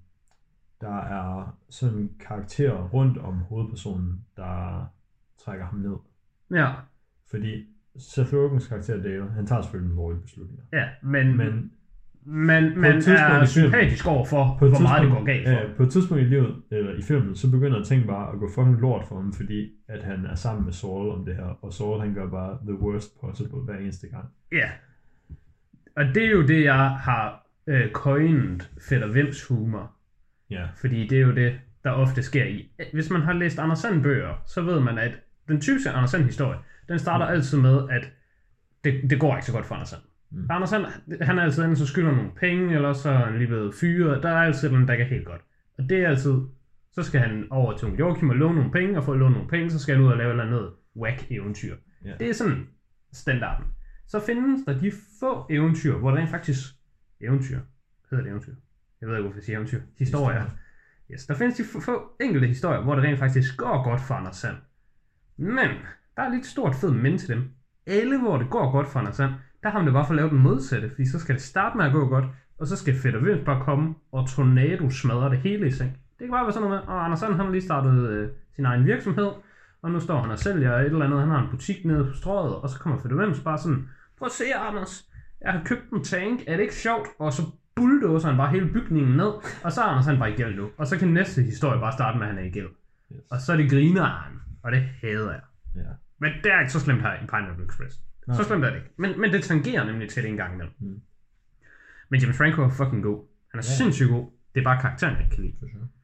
der er sådan karakterer rundt om hovedpersonen, der trækker ham ned. Ja. Fordi Seth Rogens karakter Dale, han tager selvfølgelig nogle dårlige beslutninger. Ja, men... men Men man er sympatisk over for, hvor meget det går galt for. Ja, på et tidspunkt i livet, eller i filmen, så begynder ting bare at gå fucking lort for ham, fordi at han er sammen med Saul om det her, og Saul han gør bare the worst possible hver eneste gang. Ja, og det er jo det, jeg har øh, coined Fætter Vims humor. Ja. Fordi det er jo det, der ofte sker i. Hvis man har læst Anders Sand bøger, så ved man, at den typiske Anders Sand historie, den starter altid med, at det, det går ikke så godt for Anders Sand. Mm. Anders Sand, han er altid enten så skylder nogle penge, eller så er han lige blevet fyret. Der er altid noget, der ikke er helt godt. Og det er altid, så skal han over til Joachim og låne nogle penge, og for at låne nogle penge, så skal han ud og lave noget andet whack eventyr. Yeah. Det er sådan standarden. Så findes der de få eventyr, hvor der rent faktisk eventyr, hedder det eventyr? Jeg ved ikke, hvorfor jeg siger eventyr. Historier. Historie. Yes, der findes de få, få enkelte historier, hvor det rent faktisk går godt for Anders Sand. Men der er lidt stort fed men til dem. Alle, hvor det går godt for Anders Sand, der har man det bare for at lave den modsatte, fordi så skal det starte med at gå godt, og så skal Fætter Vins bare komme og tornado smadre det hele i seng. Det kan bare være sådan noget med, og Anders Sand han har lige startet øh, sin egen virksomhed, og nu står han og sælger et eller andet, han har en butik nede på strøget, og så kommer Fætter Vins bare sådan, prøv at se Anders, jeg har købt en tank, er det ikke sjovt? Og så bulldozer han bare hele bygningen ned, og så er Anders han bare i gæld nu, og så kan næste historie bare starte med, at han er i gæld. Yes. Og så er det grineren, og det hader jeg. Yeah. Men det er ikke så slemt her i Pineapple Express. Nej. Så slemt er det ikke. Men, men det tangerer nemlig til det en gang imellem. Mm. Men James Franco er fucking god. Han er yeah. sindssygt god. Det er bare karakteren, jeg ikke kan lide. For sure.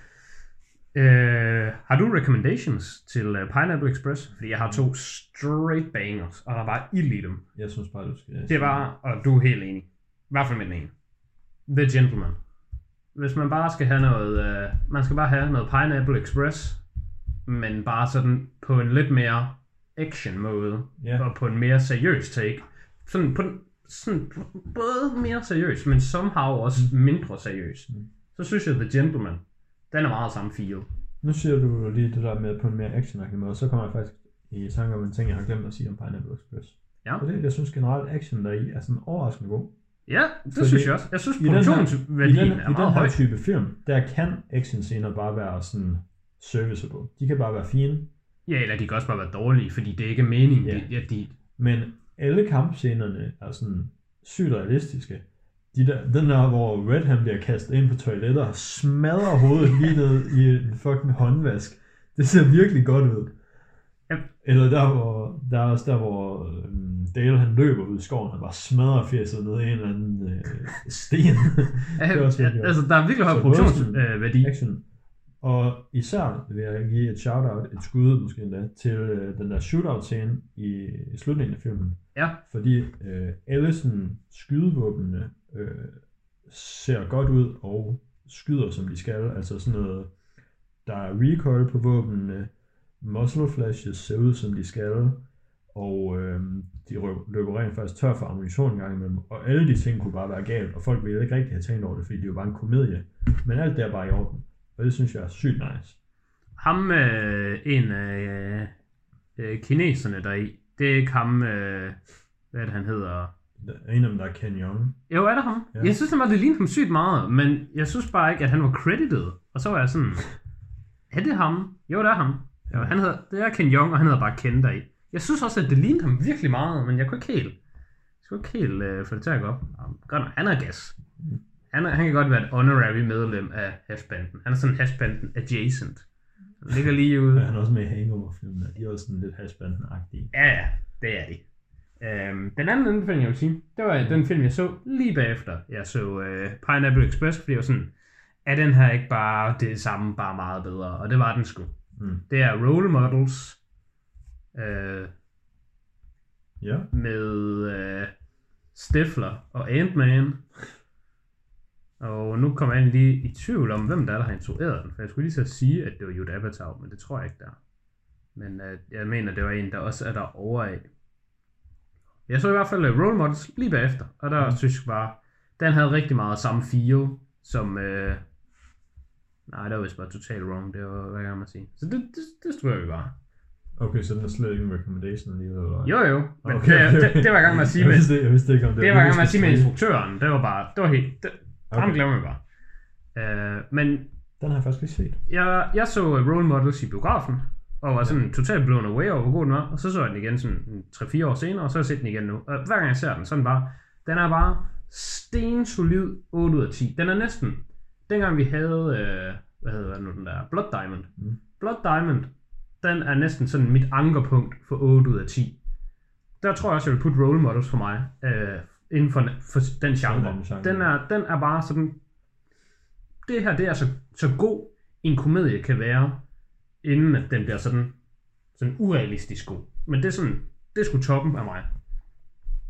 Uh, har du recommendations til uh, Pineapple Express? Fordi jeg har to straight bangers, og der er bare ild i dem. Jeg synes bare, du skal... Det er bare, og du er helt enig. I hvert fald med den ene. The Gentleman. Hvis man bare skal have noget... Uh, man skal bare have noget Pineapple Express, men bare sådan på en lidt mere action måde, yeah. og på en mere seriøs take. Sådan på sådan både mere seriøs, men somehow også mindre seriøs. Mm. Så synes jeg, The Gentleman, den er meget samme feel. Nu siger du lige det der med på en mere action-agtig måde, så kommer jeg faktisk i tanke om en ting, jeg har glemt at sige om Pineapple Express. Ja. Og det, jeg synes generelt, action der i er sådan overraskende god. Ja, det Fordi synes jeg også. Jeg synes, produktionsværdien er meget høj. I den her type film, der kan action-scener bare være sådan serviceable. De kan bare være fine. Ja, eller de kan også bare være dårlige, fordi det ikke er meningen. Ja. De, ja, de... Men alle kampscenerne er sådan sygt realistiske. De der, den der, hvor Red han bliver kastet ind på toilettet og smadrer hovedet lige ned i en fucking håndvask. Det ser virkelig godt ud. Ja. Eller der, hvor, der er også der, hvor um, Dale han løber ud i skoven og bare smadrer fjeset ned i en eller anden øh, sten. Det er også ja, altså, der er virkelig høj produktionsværdi. Øh, Og især vil jeg give et shout-out, et skud måske endda, til øh, den der shootout-scene i, i slutningen af filmen. Ja. Fordi øh, alle sådan skydevåbnene øh, ser godt ud og skyder som de skal. Altså sådan noget, der er recoil på våbnene, muzzle flashes ser ud som de skal, og øh, de løber rent faktisk tør for ammunition en gang imellem. Og alle de ting kunne bare være galt, og folk ville ikke rigtig have tænkt over det, fordi det var bare en komedie. Men alt det er bare i orden. Og det synes jeg er sygt nice. Ham, øh, en af øh, kineserne deri, det er ikke ham, øh, hvad er det han hedder? En af dem, der er Ken Jeong. Jo, er det ham? Ja. Jeg synes, det lignede ham sygt meget, men jeg synes bare ikke, at han var credited. Og så var jeg sådan, er det ham? Jo, det er ham. Jo, han hedder, det er Ken Jeong, og han hedder bare Ken deri. Jeg synes også, at det lignede ham virkelig meget, men jeg kunne ikke helt, jeg kunne ikke helt øh, få det til at gå op. Godt nok, han er gas. Han, er, han kan godt være et honorary medlem af hashbanden. Han er sådan hashbanden adjacent. Han ligger lige ude. Ja, han er også med i Hangover-filmen. De er også sådan lidt hashbanden-agtige. Ja, ja, det er de. Øhm, den anden anbefaling, jeg vil sige, det var den film, jeg så lige bagefter. Jeg så uh, Pineapple Express, fordi jeg var sådan, er den her ikke bare det samme, bare meget bedre? Og det var den sgu. Mm. Det er Role Models. Øh, ja. Med uh, Stifler og Ant-Man. Og nu kommer jeg lige i tvivl om, hvem der er, der har instrueret den. For jeg skulle lige så sige, at det var Judd Apatow, men det tror jeg ikke, der er. Men uh, jeg mener, det var en, der også er der over af. Jeg så i hvert fald uh, Role Models lige bagefter, og der mm. synes jeg bare, den havde rigtig meget samme feel, som... Uh, nej, det var vist bare totalt wrong, det var, hvad kan man sige. Så det, det, det tror jeg bare. Okay, så den er slet ikke en recommendation alligevel, eller? Jo, jo, men okay, okay, okay. Det, det var jeg gang med at sige med... jeg, vidste, jeg vidste ikke, om det, det var jeg gang med at sige med instruktøren, det var bare, det var helt... Det, okay. Ham glemmer jeg bare. Uh, men... Den har jeg faktisk ikke set. Jeg, jeg så Role Models i biografen, og var sådan ja. totalt blown away over, hvor god den var. Og så så jeg den igen sådan tre fire år senere, og så har jeg set den igen nu. Og hver gang jeg ser den, sådan bare... Den er bare stensolid otte ud af ti. Den er næsten... Dengang vi havde... Øh, hvad hedder det nu, den der? Blood Diamond. Mm. Blood Diamond, den er næsten sådan mit ankerpunkt for otte ud af ti. Der tror jeg også, jeg vil putte Role Models for mig. Øh, inden for, for den genre. Den, genre. Den, er, den er bare sådan... Det her, det er så, så god en komedie kan være, inden at den bliver sådan, sådan urealistisk god. Men det er sådan, det er sgu toppen af mig.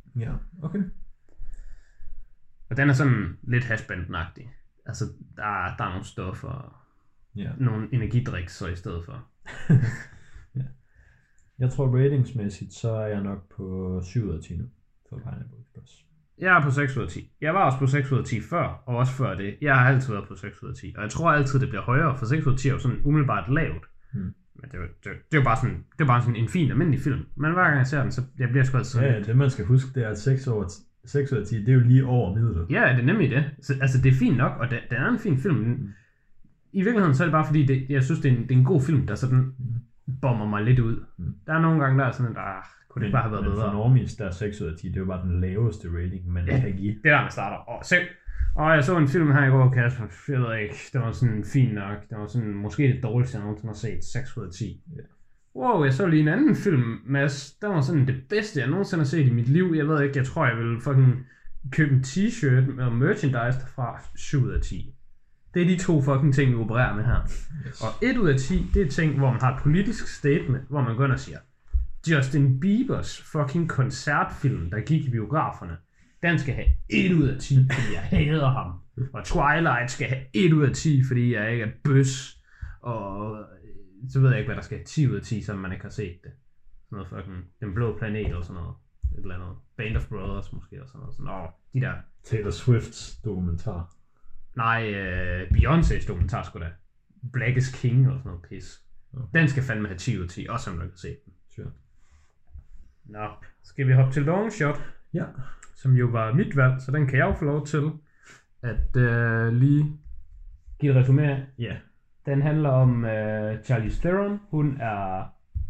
Ja, okay. Og den er sådan lidt hashbanden-agtig. Altså, der er, der er nogle stoffer og Ja. nogle energidriks så i stedet for. Ja. Jeg tror ratingsmæssigt, så er jeg nok på syv ud af ti nu for Pineapple Express. Jeg er på seks ud af ti. Jeg var også på seks ud af ti før, og også før det. Jeg har altid været på seks ud af ti. Og jeg tror altid, det bliver højere, for seks ud af ti er jo sådan umiddelbart lavt. Hmm. Men det er, jo, det, er, det er jo bare sådan, det er bare sådan en fin, almindelig film. Men hver gang jeg ser den, så jeg bliver sgu altid Ja, det man skal huske, det er, at seks ud af ti, det er jo lige over midlet. Ja, det er nemlig det. Så, altså, det er fint nok, og det, det er en fin film. Mm. I virkeligheden så er det bare fordi, det, jeg synes, det er, en, det er en god film, der sådan bomber mig lidt ud. Mm. Der er nogle gange, der er sådan, at ah, kunne det Men, bare have været men bedre. for normies, der er seks ud af ti, det er jo bare den laveste rating, man Ja, kan give. Det er der, man starter. Og, se, og jeg så en film her i går, Kasper. Jeg ved ikke, det var sådan fin nok. Det var sådan, måske det dårligste, jeg nogensinde har set. seks ud af ti. Ja. Wow, jeg så lige en anden film, Mads. Den var sådan det bedste, jeg nogensinde har set i mit liv. Jeg ved ikke, jeg tror, jeg vil fucking købe en t-shirt med merchandise derfra. syv ud af ti. Det er de to fucking ting, vi opererer med her. Yes. Og et ud af ti, det er ting, hvor man har et politisk statement, hvor man går ind og siger, Justin Biebers fucking koncertfilm, der gik i biograferne, den skal have et ud af ti, fordi jeg hader ham. Og Twilight skal have et ud af ti, fordi jeg ikke er bøs. Og så ved jeg ikke, hvad der skal have ti ud af ti, så man ikke har set det. Sådan noget fucking Den Blå Planet eller sådan noget. Et eller andet. Band of Brothers måske eller sådan noget. Sådan, åh, de der. Taylor Swifts dokumentar. Nej, øh, Beyoncé's dokumentar sgu da. Black is King eller sådan noget pis. Okay. Den skal fandme have ti ud af ti, også som du kan se den. Sure. Nå, skal vi hoppe til Long Shot, Ja. som jo var mit valg, så den kan jeg jo få lov til at øh, lige give et resumé af. Ja. Den handler om øh, Charlize Theron. Hun er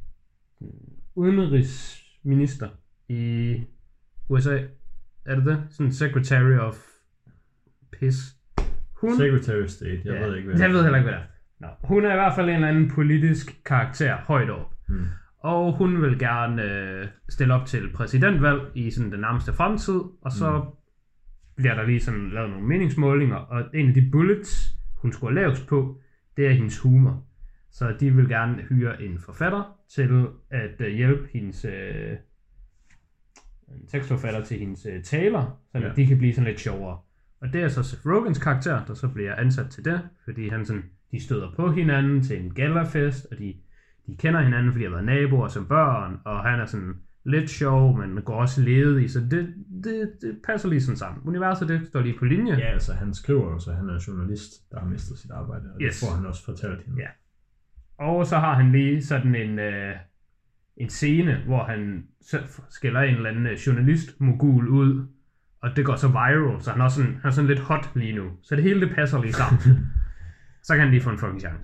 udenrigsminister i U S A. Er det det? Sådan Secretary of Piss. Hun... Secretary of State, jeg ja, ved ikke, hvad jeg ved heller ikke, hvad det er. Nå, hun er i hvert fald en eller anden politisk karakter højt op. Hmm. Og hun vil gerne øh, stille op til præsidentvalg i sådan den nærmeste fremtid. Og så mm. bliver der lige sådan lavet nogle meningsmålinger. Og en af de bullets, hun skulle lavest på, det er hendes humor. Så de vil gerne hyre en forfatter til at øh, hjælpe hendes øh, en tekstforfatter til hendes øh, taler, så ja. de kan blive sådan lidt sjovere. Og det er så Seth Rogans karakter, der så bliver ansat til det, fordi han sådan, de støder på hinanden til en gallafest, og de, de kender hinanden, fordi de har været naboer som børn, og han er sådan lidt sjov, men går også ledig, så det, det, det passer lige sådan sammen. Universet, det står lige på linje. Ja, altså han skriver jo, så han er journalist, der har mistet sit arbejde, og yes. det får han også fortalt hende. Ja. Og så har han lige sådan en, øh, en scene, hvor han skælder en eller anden journalist-mogul ud, og det går så viral, så han er sådan, han er sådan lidt hot lige nu. Så det hele det passer lige sammen. Så kan han lige få en fucking chance.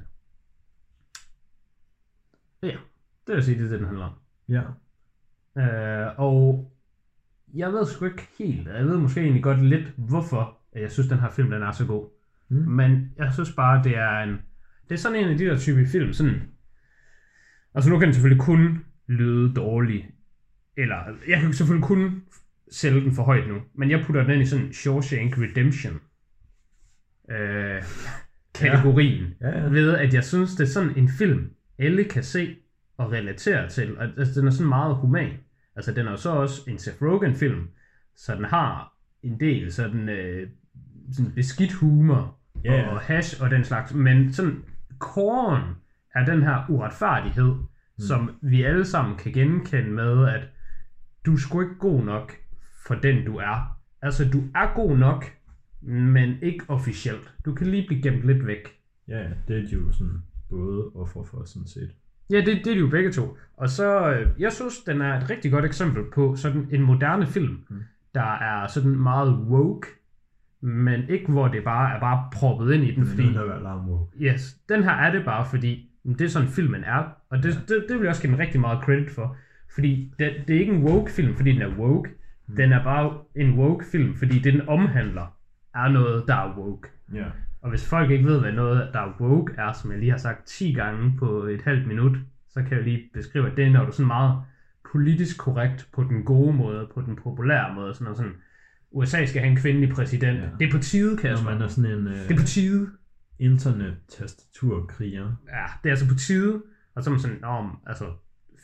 Ja, det vil jeg sige, det er det, den handler om. Ja. Øh, og jeg ved sgu ikke helt, jeg ved måske egentlig godt lidt, hvorfor jeg synes, den her film den er så god. Mm. Men jeg synes bare, det er en, det er sådan en af de der type film, sådan, altså nu kan den selvfølgelig kun lyde dårlig, eller jeg kan selvfølgelig kun sælge den for højt nu, men jeg putter den ind i sådan Shawshank Redemption øh, kategorien, ja. Ja, ja. Ved at jeg synes, det er sådan en film, alle kan se og relatere til, og altså, den er sådan meget human. Altså den er jo så også en Seth Rogen film, så den har en del sådan, øh, sådan beskidt humor yeah. og hash og den slags, men sådan koren er den her uretfærdighed, mm. som vi alle sammen kan genkende med, at du er sgu ikke god nok for den du er. Altså du er god nok, men ikke officielt. Du kan lige blive gemt lidt væk. Ja, det er jo sådan både offer for sådan set. Ja, det, det er de jo begge to. Og så, øh, jeg synes, den er et rigtig godt eksempel på sådan en moderne film, mm. der er sådan meget woke, men ikke hvor det bare er bare proppet ind i den, fordi... Den er alarm woke. Yes, den her er det bare, fordi det er sådan filmen er, og det, ja. det, det vil jeg også give den rigtig meget credit for, fordi det, det er ikke en woke film, fordi den er woke, mm. den er bare en woke film, fordi det den omhandler, er noget, der er woke. Ja. Og hvis folk ikke ved, hvad noget, der er woke er, som jeg lige har sagt ti gange på et halvt minut, så kan jeg lige beskrive, at det er, når du er sådan meget politisk korrekt på den gode måde, på den populære måde, sådan noget sådan, U S A skal have en kvindelig præsident. Ja. Det er på tide, Kasper. Når man er sådan en... Øh, det er på tide. Internet-tastaturkriger. Ja, det er altså på tide. Og så er man sådan, om, altså,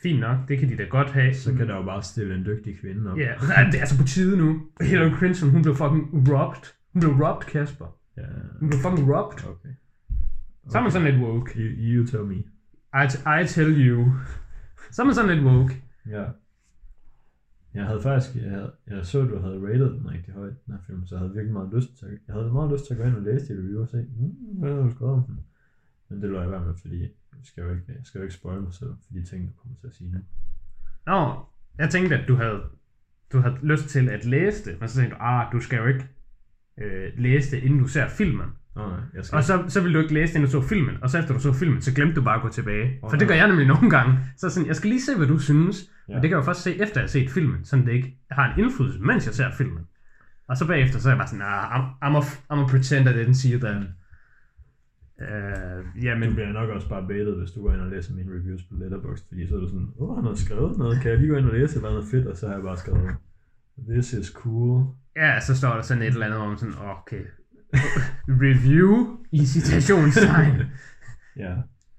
fint nok, det kan de da godt have. Så kan der jo bare stille en dygtig kvinde op. Ja, yeah, det er altså på tide nu. Hillary Clinton, hun blev fucking robbed. Hun blev robbed, Kasper. Ja. Hun blev fucking robbed. Okay. okay. Så er man sådan lidt woke. You, you tell me. I, I tell you. Så er man sådan lidt woke. Ja. Jeg havde faktisk, jeg, havde, jeg så, at du havde rated den rigtig højt, den her film, så jeg havde virkelig meget lyst til at, jeg havde meget lyst til at gå ind og læse de review og se, hmm, hvad har du skrevet om den? Men det lå jeg være med, fordi jeg skal jo ikke, jeg skal jo ikke spoil mig selv for de ting, du kommer til at sige nu. Nå, jeg tænkte, at du havde, du havde lyst til at læse det, men så tænkte du, ah, du skal jo ikke øh, læse det, inden du ser filmen. Oh, nej, jeg skal og så, så ville du ikke læse det, inden du så filmen, og så efter du så filmen, så glemte du bare at gå tilbage. Oh, for det gør jeg nemlig nogle gange. Så sådan, jeg skal lige se, hvad du synes, ja. Men det kan jeg jo først se, efter jeg har set filmen, så det ikke har en indflydelse, mens jeg ser filmen. Og så bagefter, så er jeg bare sådan, nah, I'm, I'm, a, I'm a pretend I didn't see that. Uh, ja, men... Du bliver nok også bare baitet, hvis du går ind og læser mine reviews på Letterboxd, fordi så er du sådan, åh, oh, han har skrevet noget, kan jeg lige gå ind og læse, hvad noget fedt, og så har jeg bare skrevet, this is cool. Ja, så står der sådan et eller andet om sådan, okay, review i citationstegn. Ja.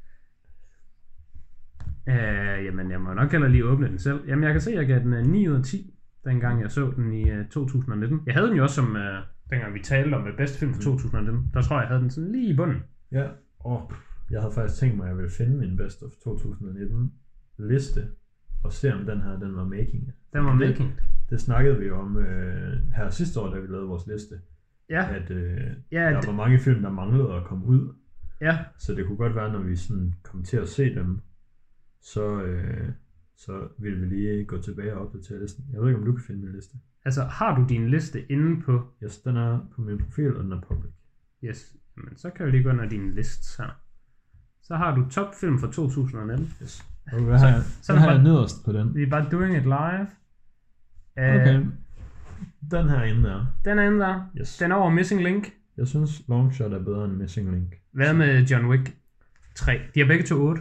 Uh, jamen, jeg må nok heller lige åbne den selv. Jamen, jeg kan se, at jeg gav den uh, ni ud af ti, dengang jeg så den i uh, to tusind nitten. Jeg havde den jo også som, uh, dengang vi talte om uh, bedste film for to tusind nitten. Der tror jeg, jeg havde den sådan lige i bunden. Ja, og jeg havde faktisk tænkt mig, at jeg ville finde min best of to tusind nitten liste, og se om den her, den var making it. Den var making it. Det, det snakkede vi om øh, her sidste år, da vi lavede vores liste. Ja. At øh, ja, der det... var mange film, der manglede at komme ud. Ja. Så det kunne godt være, når vi sådan kom til at se dem, så, øh, så ville vi lige gå tilbage og opdatere listen. Jeg ved ikke, om du kan finde min liste. Altså, har du din liste inde på... Yes, den er på min profil, og den er public. Yes, men så kan vi lige gå ind af dine lists her. Så har du topfilm for to tusind nitten. Yes. Og hvad har jeg, så, har jeg nederst på den? Vi er bare doing it live. Okay. Uh, den her inde der. Den er inde der. Yes. Den er over Missing Link. Jeg synes Longshot er bedre end Missing Link. Hvad med John Wick tre? De har begge to otte.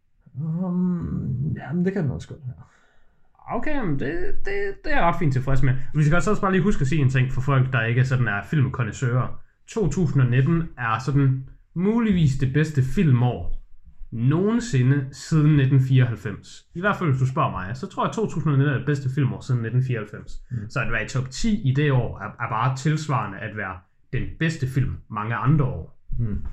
Um, jamen, det kan den også godt være. Okay, men det, det, det er jeg ret fint tilfreds med. Vi skal også bare lige huske at sige en ting for folk, der ikke er sådan er filmkondensører. to tusind nitten er sådan muligvis det bedste filmår nogensinde siden nitten fireoghalvfems. I hvert fald hvis du spørger mig, så tror jeg at to tusind nitten er det bedste filmår siden nitten fireoghalvfems. Mm. Så at være i top ti i det år er, er bare tilsvarende at være den bedste film mange andre år. Mm.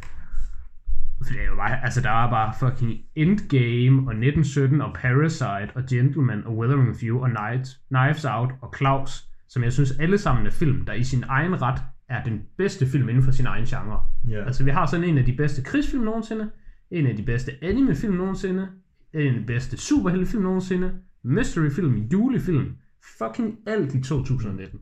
For det er jo bare, altså der er bare fucking Endgame og nitten sytten og Parasite og Gentleman og Weathering with You og Night, Knives Out og Klaus, som jeg synes alle sammen er film, der i sin egen ret er den bedste film inden for sin egen genre. Yeah. Altså vi har sådan en af de bedste krigsfilm nogensinde, en af de bedste animefilm nogensinde, en af de bedste superheltefilm nogensinde, mysteryfilm, julefilm, fucking alt i to tusind nitten.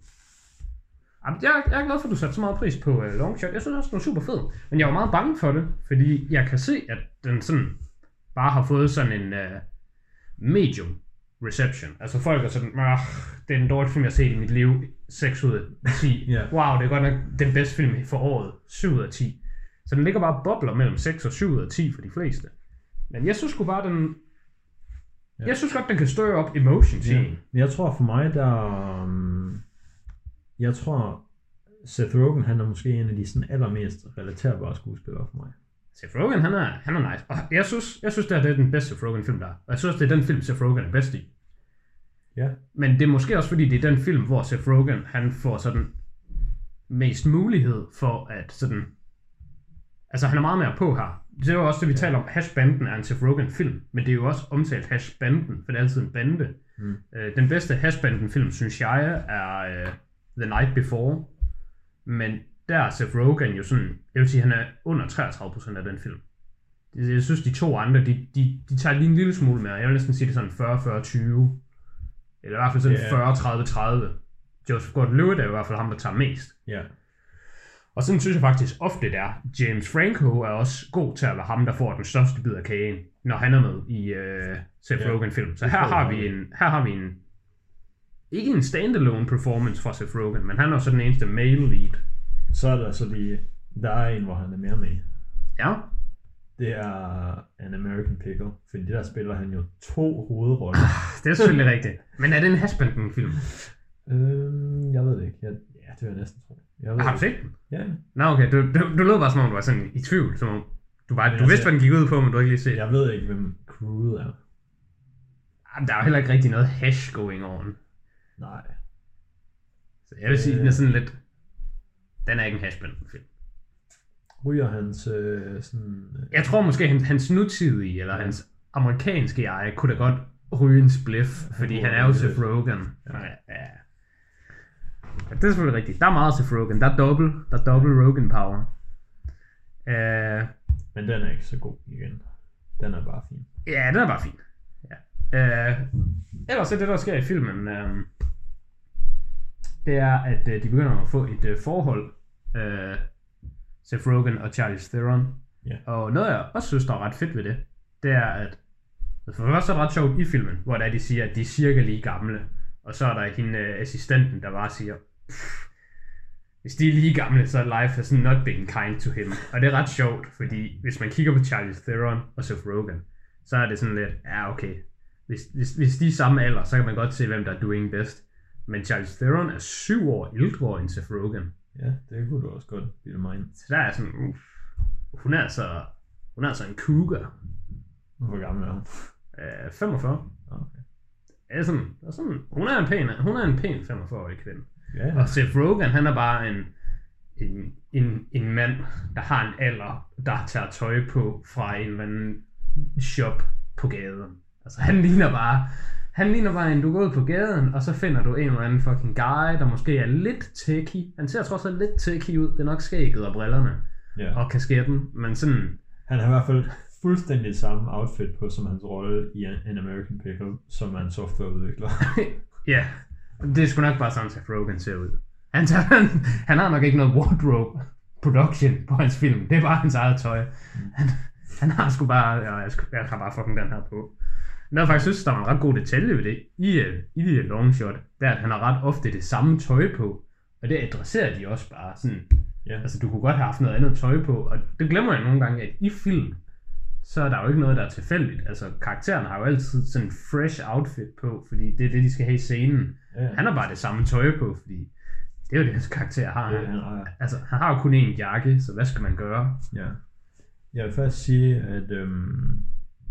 Jeg, jeg er glad for, at du satte så meget pris på uh, Longshot. Jeg synes også, den var super fed. Men jeg var meget bange for det, fordi jeg kan se, at den sådan bare har fået sådan en uh, medium reception. Altså folk er sådan, det er den dårligste film, jeg har set i mit liv. seks ud af ti. Yeah. Wow, det er godt nok den bedste film for året. syv ud af ti. Så den ligger bare og bobler mellem seks og syv ud af ti for de fleste. Men jeg synes sgu bare, den... Yeah. Jeg synes godt, den kan stir op emotions i. Yeah. Jeg tror for mig, der... Um... Jeg tror, Seth Rogen, han er måske en af de sådan allermest relaterbare skuespillere for mig. Seth Rogen, han er, han er nice. Og jeg synes, jeg synes, det er, det er den bedste Seth Rogen film, der er. Og jeg synes, det er den film, Seth Rogen er bedst i. Ja. Men det er måske også, fordi det er den film, hvor Seth Rogen, han får sådan mest mulighed for at sådan... Altså, han er meget mere på her. Det er jo også det, vi ja. taler om. Hashbanden er en Seth Rogen-film, men det er jo også omtalt Hashbanden, for det er altid en bande. Mm. Øh, den bedste Hashbanden-film, synes jeg, er... Øh, The Night Before, men der er Seth Rogen jo sådan, jeg vil sige, han er under treogtredive procent af den film. Jeg synes, de to andre, de, de, de tager lige en lille smule mere. Jeg vil næsten sige, det er sådan fyrre fyrre tyve, eller i hvert fald sådan yeah. fyrre tredive tredive. Joseph Gordon-Levitt er i hvert fald ham, der tager mest. Ja. Yeah. Og sådan synes jeg faktisk ofte, det er. James Franco er også god til at være ham, der får den største bid af kagen, når han er med i uh, Seth yeah. Rogen-film. Så her har vi en, her har vi en ikke en standalone performance fra Seth Rogen, men han er også den eneste male lead. Så er der så lige, der er en, hvor han er mere med. Ja. Det er An American Pickle, fordi der spiller han jo to hovedroller. Det er selvfølgelig rigtigt. Men er det en Hashbanden-film? Øhm, jeg ved det ikke. Jeg, ja, det vil jeg næsten tro. Jeg ved har du set den? Ja. Nå okay, du, du, du lød bare som om du var sådan i tvivl, som om du, bare, du vidste, hvad den gik ud på, men du har ikke lige set. Jeg ved ikke, hvem crewet er. Jamen, der er jo heller ikke rigtig noget hash going on. Nej. Så jeg vil sige, den er sådan lidt... Den er ikke en hashband film. Ryger hans øh, sådan... Øh... Jeg tror måske, hans, hans nutidige, eller ja. hans amerikanske jeg, kunne da godt ryge en spliff, fordi han, han er jo Seth Rogen. Ja. Ja. Ja. Ja, det er selvfølgelig rigtigt. Der er meget Seth Rogen. Der er dobbelt, der er dobbelt Rogen power. Uh, Men den er ikke så god igen. Den er bare fin. Ja, den er bare fin. Ja. Uh, ellers er det, der sker i filmen, um, det er, at uh, de begynder at få et uh, forhold, uh, Seth Rogen og Charlize Theron. Yeah. Og noget, jeg også synes, der er ret fedt ved det, det er, at for først er det ret sjovt i filmen, hvor der de siger, at de er cirka lige gamle. Og så er der hende uh, assistenten, der bare siger, hvis de er lige gamle, så er life has not been kind to him. Og det er ret sjovt, fordi hvis man kigger på Charlize Theron og Seth Rogen, så er det sådan lidt, ja okay, hvis, hvis, hvis de er samme alder, så kan man godt se, hvem der er doing best. Men Charlize Theron er syv år ældre end Seth Rogen. Ja, det kunne du også godt bilde mig ind. Så der er sådan, uff, hun er altså, hun er altså en cougar. Hvor gammel er hun? Øh, femogfyrre. Okay. Er sådan, er sådan, hun er en pæn, hun er en pæn femogfyrre-årig kvinde. Ja. Og Seth Rogen, han er bare en, en, en, en mand, der har en alder, der tager tøj på fra en eller anden shop på gaden. Altså han ligner bare, han ligner bare en, du går ud på gaden, og så finder du en eller anden fucking guy, der måske er lidt techie. Han ser trods alt lidt techie ud, det er nok skægget og brillerne. Ja. Og kasketten, men sådan... Han har i hvert fald fuldstændig samme outfit på, som hans rolle i An American Pickle, som er en softwareudvikler. Ja, det er sgu nok bare sådan, Seth Rogen ser ud. Han, tager, han, han har nok ikke noget wardrobe production på hans film. Det er bare hans eget tøj. Han, han har sgu bare... Ja, jeg, jeg har bare fucking den her på. Noget, jeg faktisk synes, der var en ret god detalje ved det i, uh, i det long shot, det er, at han har ret ofte det samme tøj på. Og det adresserer de også bare sådan... Yeah. Altså, du kunne godt have haft noget andet tøj på, og det glemmer jeg nogle gange, at i film, så er der jo ikke noget, der er tilfældigt. Altså, karakteren har jo altid sådan en fresh outfit på, fordi det er det, de skal have i scenen. Yeah. Han har bare det samme tøj på, fordi det er jo det, hans karakter har. Yeah, han, har. Altså, han har jo kun én jakke, så hvad skal man gøre? Ja. Jeg vil faktisk sige, at øhm,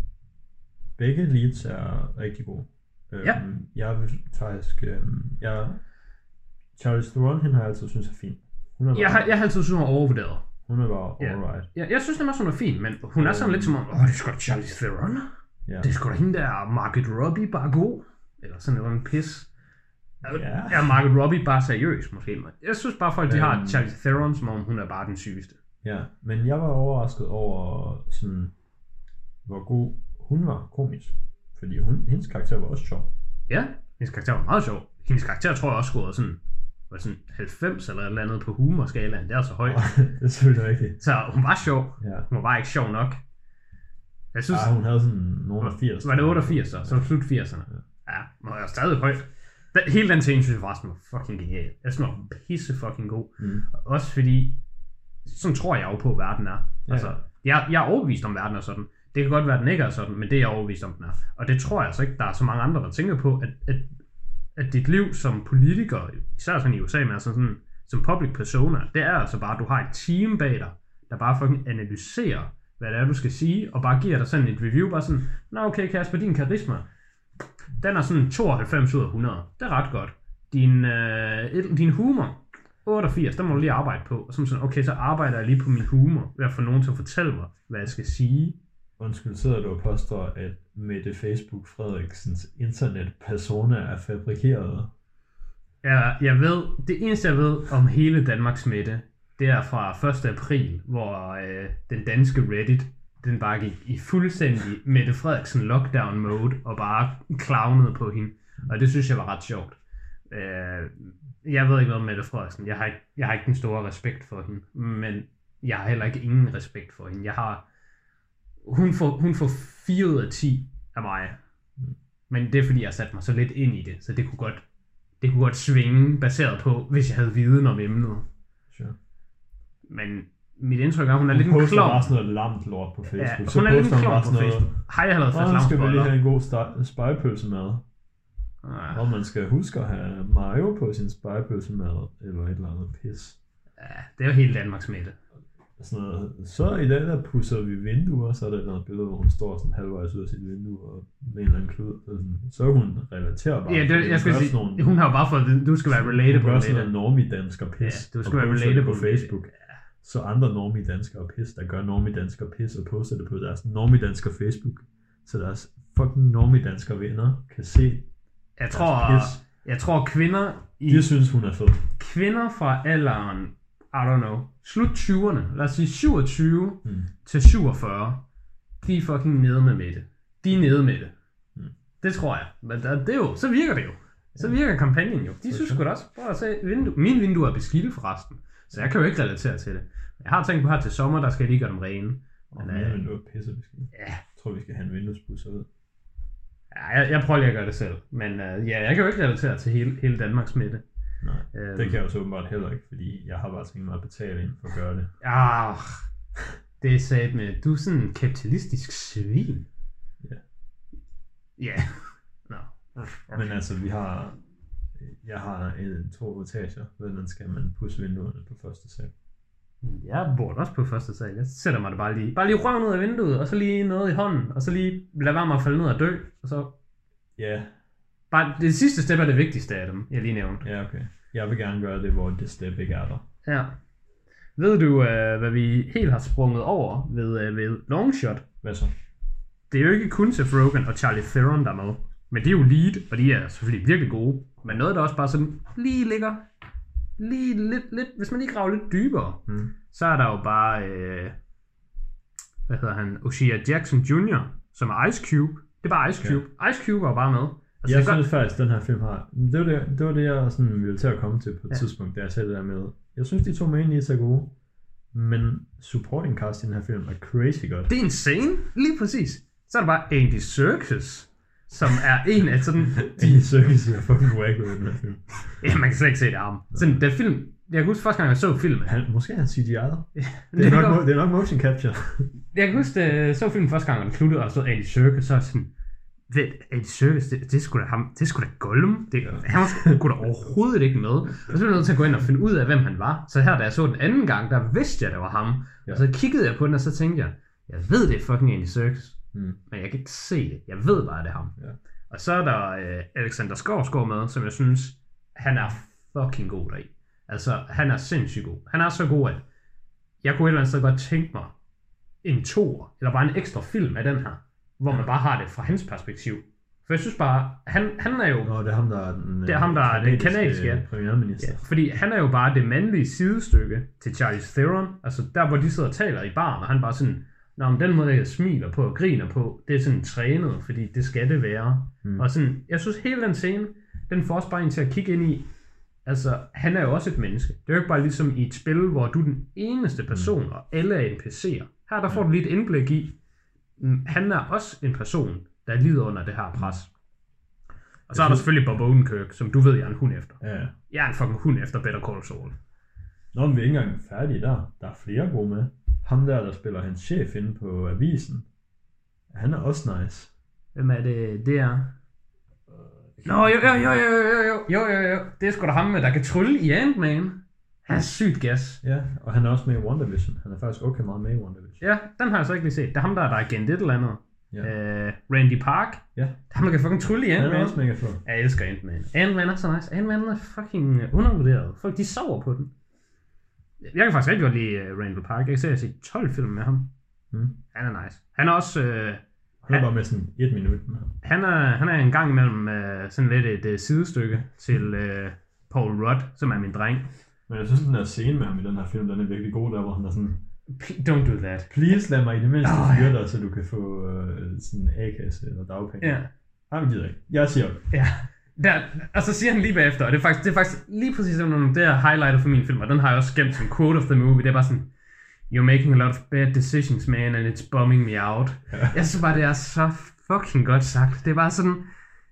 begge leads er rigtig gode. Øhm, ja. Jeg vil faktisk... Øhm, jeg, Charlize Theron, hende har jeg altid synes er fin. Jeg har, jeg har altid synes, hun er overvurderet. Hun er bare alright. Ja, jeg synes nemlig også, hun er fin, men hun er sådan lidt som om, åh, det er sgu da Charlize Theron. Ja. Det er sgu da hende der, Margot Robbie bare god. Eller sådan noget en pis. Ja. Er Margot Robbie bare seriøs måske? Jeg synes bare folk, de um, har Charlize Theron, som om hun er bare den sygeste. Ja, men jeg var overrasket over sådan, hvor god hun var komisk. Fordi hun, hendes karakter var også sjov. Ja, hendes karakter var meget sjov. Hendes karakter tror jeg også scorede sådan, var sådan halvfems eller et eller andet på humorskalaen. Det er så højt. Det er selvfølgelig rigtigt. Så hun var sjov. Ja. Hun var bare ikke sjov nok. Jeg synes, Ej, hun havde sådan nogle af firs. Var det otteogfirs, så? Så slut firserne. Ja, ja, men jeg er stadig højt. Den, hele den scene synes jeg forresten var fucking genial. Jeg synes, den var pisse fucking god. Mm. Også fordi, sådan tror jeg jo på, at verden er. Ja. Altså, jeg, jeg er overbevist om, verden er sådan. Det kan godt være, at den ikke er sådan, men det er jeg overbevist om, den er. Og det tror jeg altså ikke, der er så mange andre, der tænker på, at, at, at dit liv som politiker, især sådan i U S A, men altså sådan, som public persona, det er altså bare, at du har et team bag dig, der bare fucking analyserer, hvad det er, du skal sige, og bare giver dig sådan et review, bare sådan, nå okay Kasper, din karisma, den er sådan tooghalvfems ud af hundrede. Det er ret godt. Din, øh, din humor, otteogfirs, der må du lige arbejde på. Og så sådan, okay, så arbejder jeg lige på min humor, ved at få nogen til at fortælle mig, hvad jeg skal sige. Undskyld, sidder du og påstår, at Mette Facebook Frederiksens internetpersona er fabrikeret? Ja, jeg ved, det eneste jeg ved om hele Danmarks Mette, det er fra første april, hvor øh, den danske Reddit, den bare gik i fuldstændig Mette Frederiksen lockdown mode, og bare clownede på hende. Og det synes jeg var ret sjovt. Øh, jeg ved ikke noget om Mette Frederiksen. Jeg har, ikke, jeg har ikke den store respekt for hende. Men jeg har heller ikke ingen respekt for hende. Jeg har... Hun får, hun får fire ud af ti af mig. Men det er fordi, jeg har sat mig så lidt ind i det. Så det kunne godt, det kunne godt svinge, baseret på, hvis jeg havde viden om emnet. Sure. Men... Mit indtryk er, at hun er hun lidt en klovn. Hun poster bare sådan noget lamt lort på Facebook. Ja, hun så er lidt en klovn på noget, Facebook. Hej, jeg har lavet fat lavnsboller. skal vi lige have en god spejepølsemad. Ah. Og man skal huske at have mayo på sin spejepølsemad, eller et eller andet pis. Ja, det er jo helt Danmarks Mette. sådan noget, så i dag der pusser vi vinduer, så er der noget billede, hvor hun står sådan halvvejs ud af sit vindue og med en eller anden klud. Så, sådan, så er hun relaterbar. Ja, det, jeg skal sige, nogle, hun har jo bare fået at vide, du skal være relatable. Hun gør sådan noget normie-dansker pis. Ja, du skal være relatable på Facebook. Ja. Så andre normie-danskere pis, der gør normie-dansker pis og poster det på deres normie-dansker Facebook. Så deres fucking normie-dansker venner kan se jeg tror, pis. Jeg tror kvinder i... De synes, hun er fed. Kvinder fra alderen, I don't know, slut tyverne, lad os sige syvogtyve mm. til syvogfyrre, de er fucking nede med det. De er nede med det. Mm. Det tror jeg. Men det er jo, så virker det jo. Så virker kampagnen jo. De synes sgu da også, prøv at se, vindue. Min vindue er beskidte forresten, så jeg kan jo ikke relatere til det. Jeg har tænkt på her til sommer, der skal jeg lige gøre dem rene. Og min øh, vindue er pisse beskidte. Ja. Jeg tror, vi skal have en vinduespusser ud. Ja, jeg, jeg prøver lige at gøre det selv. Men uh, ja, jeg kan jo ikke relatere til hele, hele Danmarks smitte. Nej, øhm, det kan jeg jo så åbenbart heller ikke, fordi jeg har bare tænkt mig at betale ind for at gøre det. Ah, det er sat med, du er sådan en kapitalistisk svin. Ja. Ja. Nå. Okay. Men altså, vi har, jeg har en, to etager, hvordan skal man pusse vinduerne på første sal? Jeg bor også på første sal. Jeg sætter mig det bare lige, bare lige røven ud af vinduet, og så lige noget i hånden, og så lige lad være med at falde ned og dø, og så... Ja. Bare det sidste step er det vigtigste af dem, jeg lige nævnte. Ja, okay. Jeg vil gerne gøre det, hvor det step ikke er der. Ja. Ved du, uh, hvad vi helt har sprunget over ved, uh, ved Longshot? Hvad så? Det er jo ikke kun Seth Rogen og Charlie Theron, der er med. Men det er jo lead, og de er selvfølgelig virkelig gode. Men noget, der også bare sådan lige ligger, lige lidt, lidt, hvis man lige graver lidt dybere, hmm. så er der jo bare, øh, hvad hedder han, O'Shea Jackson junior, som er Ice Cube. Det er bare Ice Cube. Okay. Ice Cube var bare med. Altså, jeg synes godt... faktisk, den her film har... Det var det, det, var det jeg sådan ville til at komme til på et ja. tidspunkt, da jeg sagde det der med. Jeg synes, de to main leads er gode, men supporting cast i den her film er crazy godt. Det er insane, lige præcis. Så er der bare Andy Serkis, som er en af sådan... Andy Serkis er fucking wack ud i den her film. Ja, man kan slet ikke se det arm. Sådan, den film... Jeg kan huske første gang, jeg så filmen. Han, måske er han C G I'et. Ja, det, er nok, det er nok motion capture. Jeg kan huske, at jeg så filmen første gang, og den sluttede, og så Andy Serkis, så sådan... Ved, Andy Serkis, det, det er sgu da ham, det er sgu da Gollum. Det, ja. Han var sgu da overhovedet ikke med. Og så blev jeg nødt til at gå ind og finde ud af, hvem han var. Så her, da jeg så den anden gang, der vidste jeg, det var ham. Ja. Og så kiggede jeg på den, og så tænkte jeg, jeg ved, det er fucking Andy Serkis. Mm. Men jeg kan ikke se det. Jeg ved bare, det er ham. Ja. Og så er der øh, Alexander Skarsgård med, som jeg synes, han er fucking god deri. Altså, han er sindssygt god. Han er så god, at jeg kunne et eller andet sted godt tænke mig en toer, eller bare en ekstra film af den her, hvor man bare har det fra hans perspektiv. For jeg synes bare, han, han er jo... Nå, det er ham, der er den, det er ham, der er den kanadiske ja. premierminister. Ja, fordi han er jo bare det mandlige sidestykke til Charlize Theron. Altså der, hvor de sidder og taler i baren, og han bare sådan... Nå, men den måde, jeg smiler på og griner på, det er sådan trænet, fordi det skal det være. Mm. Og sådan, jeg synes hele den scene, den får også bare en til at kigge ind i, altså, han er jo også et menneske. Det er jo ikke bare ligesom i et spil, hvor du er den eneste person, mm. og alle er N P C'er. Her der får du lige et indblik i, han er også en person, der lider under det her pres. Og så er der selvfølgelig Bob Odenkirk, som du ved, jeg er en hund efter. Ja. Jeg er en fucking hund efter Better Call Saul. Nå, men vi er ikke engang færdige der. Der er flere gode med. Ham der, der spiller hans chef inde på avisen, han er også nice. Hvem er det? Det er... Nå, jo, jo, jo, jo, jo, jo, jo, jo, det er sgu da ham med, der kan trylle i Ant-Man. Han er sygt gas. Ja, og han er også med i WandaVision. Han er faktisk okay meget med i WandaVision. Ja, den har jeg så ikke lige set. Det er ham, der er agent et eller andet. Ja. Uh, Randy Park. Ja. Ham, der kan fucking trylle i Ant-Man. Han er også mega fed. Jeg elsker Ant-Man. Ant-Man er så nice. Ant-Man er fucking undervurderet. Folk, de sover på den. Jeg kan faktisk rigtig godt lide uh, Randall Park. Jeg kan se, at jeg har set tolv film med ham. Mm. Han er nice. Han er også... Uh, han er bare med sådan et minut. Han er, han er en gang imellem uh, sådan lidt et uh, sidestykke til uh, Paul Rudd, som er min dreng. Men jeg synes, den der scene med ham i den her film, den er virkelig god der, hvor han er sådan... Don't do that. Please lad mig i det mindste oh, fyre dig, så du kan få uh, sådan en A-kasse eller dagpenge. Ja. Han gider ikke. Jeg siger op. Ja. Der, og så siger han lige bagefter, og det er faktisk, det er faktisk lige præcis sådan, det er highlightet for min film, og den har jeg også gemt som quote of the movie. Det er bare sådan, you're making a lot of bad decisions, man, and it's bumming me out. Ja. Jeg synes bare, det er så fucking godt sagt. Det er bare sådan,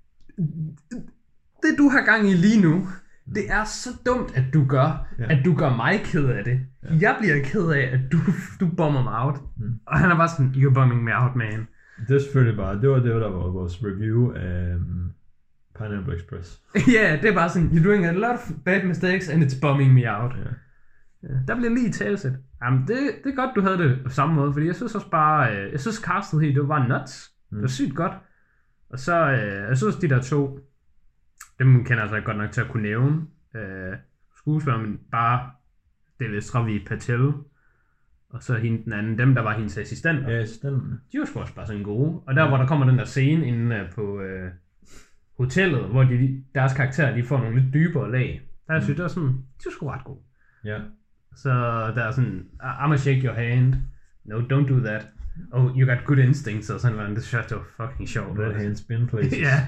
det du har gang i lige nu, det er så dumt, at du gør, ja. at du gør mig ked af det. Ja. Jeg bliver ked af, at du, du bomber mig out. Mm. Og han er bare sådan, you're bumming me out, man. Det er selvfølgelig bare, det var det, der var vores review af um, Pineapple Express. Ja, yeah, det er bare sådan, you're doing a lot of bad mistakes, and it's bumming me out. Ja. Der bliver lige talsæt. Jamen, det, det er godt, du havde det på samme måde, fordi jeg synes også bare, øh, jeg synes castet helt, det var bare nuts. Mm. Det var sygt godt. Og så, øh, jeg synes de der to, dem kender jeg så godt nok til at kunne nævne, øh, skuespillere, men bare Devi Patel, og så hende den anden, dem der var hendes assistenter. Ja, assistenten. De var sgu også bare sådan gode. Og der, ja. Hvor der kommer den der scene inde på øh, hotellet, hvor de, deres karakterer, de får nogle lidt dybere lag. Der mm. synes det var sådan, de var sgu ret gode. Ja. Så der er sådan, I'm gonna shake your hand. No, don't do that. Oh, you got good instincts, og sådan noget. Det synes jeg, det var fucking sjovt. Red hand spin places. Ja.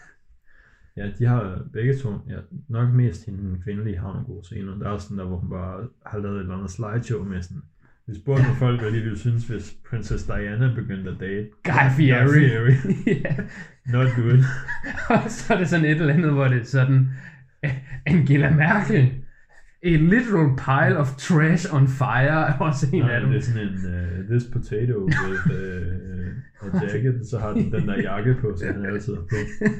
Ja, de har begge to, ja, nok mest hende kvindelige har nogle gode scener. Der er også sådan der, hvor hun bare har lavet et eller andet slideshow med sådan, vi spurgte med folk, hvad de ville synes, hvis Princess Diana begyndte at date. Guy Fieri. yeah. Not good. Og så er det sådan et eller andet, hvor det er sådan, Angela Merkel, a literal pile of trash on fire, er også en Nej, af dem. Det er sådan en, uh, this potato with uh, a jacket, så har den den der jakke på, som han altid har på.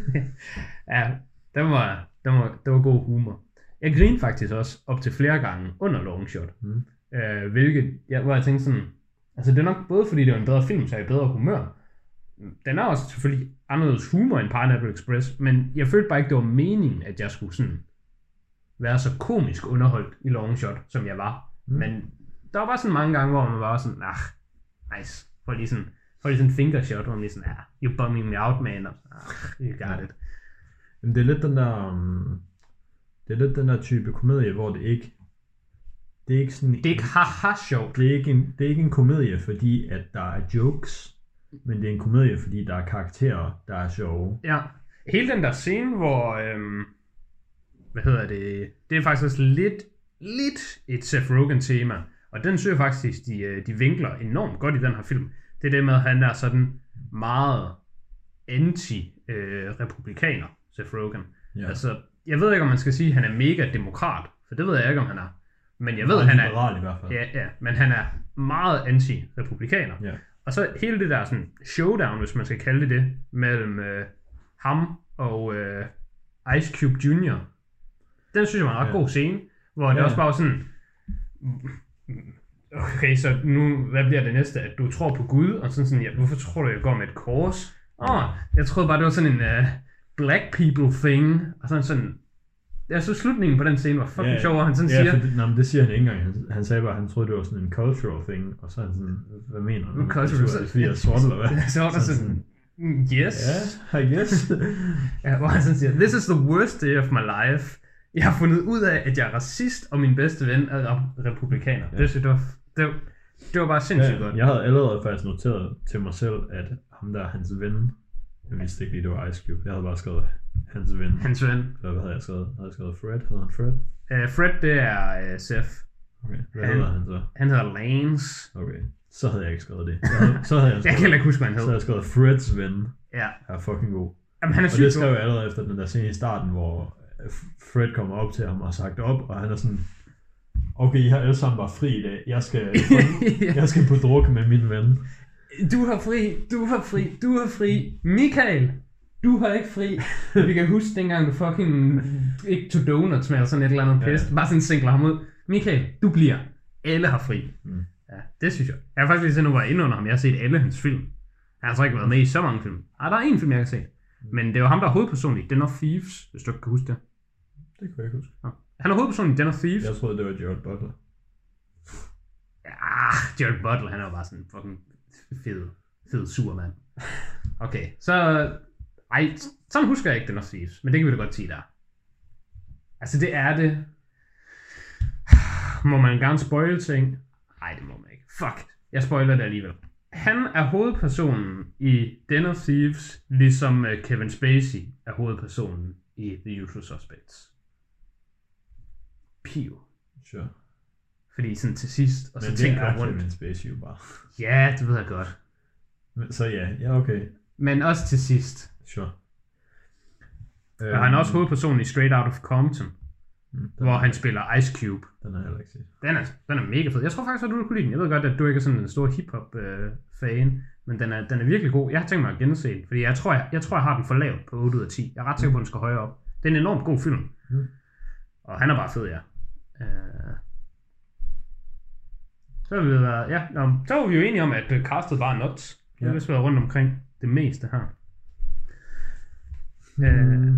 Ja, det var, det var, det var god humor. Jeg grinede faktisk også op til flere gange under Longshot. Mm. Øh, hvilket, ja, hvor jeg tænkte sådan, altså det er nok både fordi det var en bedre film, så jeg er i bedre humør. Den er også selvfølgelig anderledes humor end Pineapple Express, men jeg følte bare ikke, det var meningen, at jeg skulle sådan være så komisk underholdt i Longshot, som jeg var. Mm. Men der var bare sådan mange gange, hvor man var sådan, ah, nice, for lige sådan, for lige sådan en fingershot, hvor man lige sådan, ah, you bumming me out, man, og ah, you got it. Jamen, det er lidt den der, um, det er lidt den der type komedie, hvor det ikke, det er ikke sådan, det er ikke haha sjovt. Det er ikke en, det er ikke en komedie, fordi at der er jokes, men det er en komedie, fordi der er karakterer, der er sjove. Ja, hele den der scene, hvor, øhm, hvad hedder det, det er faktisk også lidt, lidt et Seth Rogen tema, og den synes jeg faktisk, de, de vinkler enormt godt i den her film. Det er det med, at han er sådan meget anti-republikaner, øh, Seth Rogen. Ja. Altså, jeg ved ikke, om man skal sige, at han er mega demokrat, for det ved jeg ikke, om han er. Men jeg ved, at han er liberal i hvert fald. Ja, ja, men han er meget anti-republikaner. Ja. Og så hele det der sådan showdown, hvis man skal kalde det det, mellem øh, ham og øh, Ice Cube junior Den synes jeg var en ret ja. god scene, hvor ja. det også bare var sådan, okay, så nu, hvad bliver det næste? At du tror på Gud, og sådan sådan, ja, hvorfor tror du, jeg går med et kors? Åh, oh, jeg troede bare, det var sådan en uh, black people thing, og sådan sådan, ja, så slutningen på den scene var fucking yeah, sjov, og han sådan yeah, siger... For det, nej, men det siger han ikke engang. Han, han sagde bare, at han troede, det var sådan en cultural thing, og så er han sådan, hvad mener du? Cultural, så er det fordi, jeg er sort, eller hvad? Så var der sådan, sådan, yes. Ja, yeah, I guess. Ja, hvor han sådan siger, this is the worst day of my life. Jeg har fundet ud af, at jeg er racist, og min bedste ven er republikaner. Yeah. Det, det, var, det, var, det var bare sindssygt ja, godt. Jeg havde allerede faktisk noteret til mig selv, at ham der, hans ven, jeg vidste ikke lige, det var Ice Cube. Jeg havde bare skrevet hans ven. Hans ven. Eller hvad havde jeg skrevet? Jeg havde skrevet Fred. Hedder han Fred? Uh, Fred, det er uh, Seth. Okay, hvad han, hedder han så? Han hedder Lance. Okay, så havde jeg ikke skrevet det. Så havde, så havde jeg, skrevet, jeg kan ikke huske, hvad han hed. Så havde jeg skrevet Freds ven. Ja. Han er fucking god. Jamen, han er og det skrev jeg allerede efter den der scene i starten, hvor Fred kommer op til ham og har sagt op, og han er sådan, okay, I har alle sammen bare fri i dag. Jeg skal, ja. jeg skal på drukke med min ven. Du har fri, du har fri, du har fri. Michael, du har ikke fri. Vi kan huske dengang, du fucking ikke tog donuts med, eller sådan et eller andet pest. Ja. Bare sådan singler ham ud. Michael, du bliver. Alle har fri. Mm. Ja, det synes jeg. Jeg har faktisk lige set, nu var inde under ham. Jeg har set alle hans film. Jeg har altså ikke været med i så mange film. Ah, der er en film, jeg kan se. Men det var ham, der er hovedperson i Den of Thieves, hvis du ikke kan huske det. Det kan jeg ikke huske. Ja. Han er hovedperson i Den of Thieves. Jeg troede, det var Jared Butler. Ja, Jared Butler, han er jo bare sådan en fucking fed, fed supermand. Okay, så... Ej, sådan husker jeg ikke Den of Thieves, men det kan vi da godt sige der. Altså, det er det. Må man gerne spoile ting? Nej, det må man ikke. Fuck, jeg spoiler det alligevel. Han er hovedpersonen i Den of Thieves, ligesom Kevin Spacey er hovedpersonen i The Usual Suspects. Pio. Sure. Fordi sådan til sidst, og så men tænker jeg rundt. Men det er Kevin Spacey jo bare. Ja, det ved jeg godt. Men, så ja, ja okay. Men også til sidst. Sure. Og um, han er også hovedpersonen i Straight Out of Compton, mm, hvor han spiller Ice Cube. Den har jeg ikke set. Den er, den er mega fed. Jeg tror faktisk, at du kunne lide den. Jeg ved godt, at du ikke er sådan en stor hip-hop-fan, øh, men den er, den er virkelig god. Jeg har tænkt mig at gense den, fordi jeg tror, jeg, jeg tror, jeg har den for lavt på otte ud af ti. Jeg er ret sikker på, at den skal højere op. Det er en enormt god film. Mm. Og han er bare fed, ja. Uh, Så har vi været, ja, nå, så var vi jo enige om, at uh, castet var nuts. Det har vist været rundt omkring det meste her. Mm. Uh,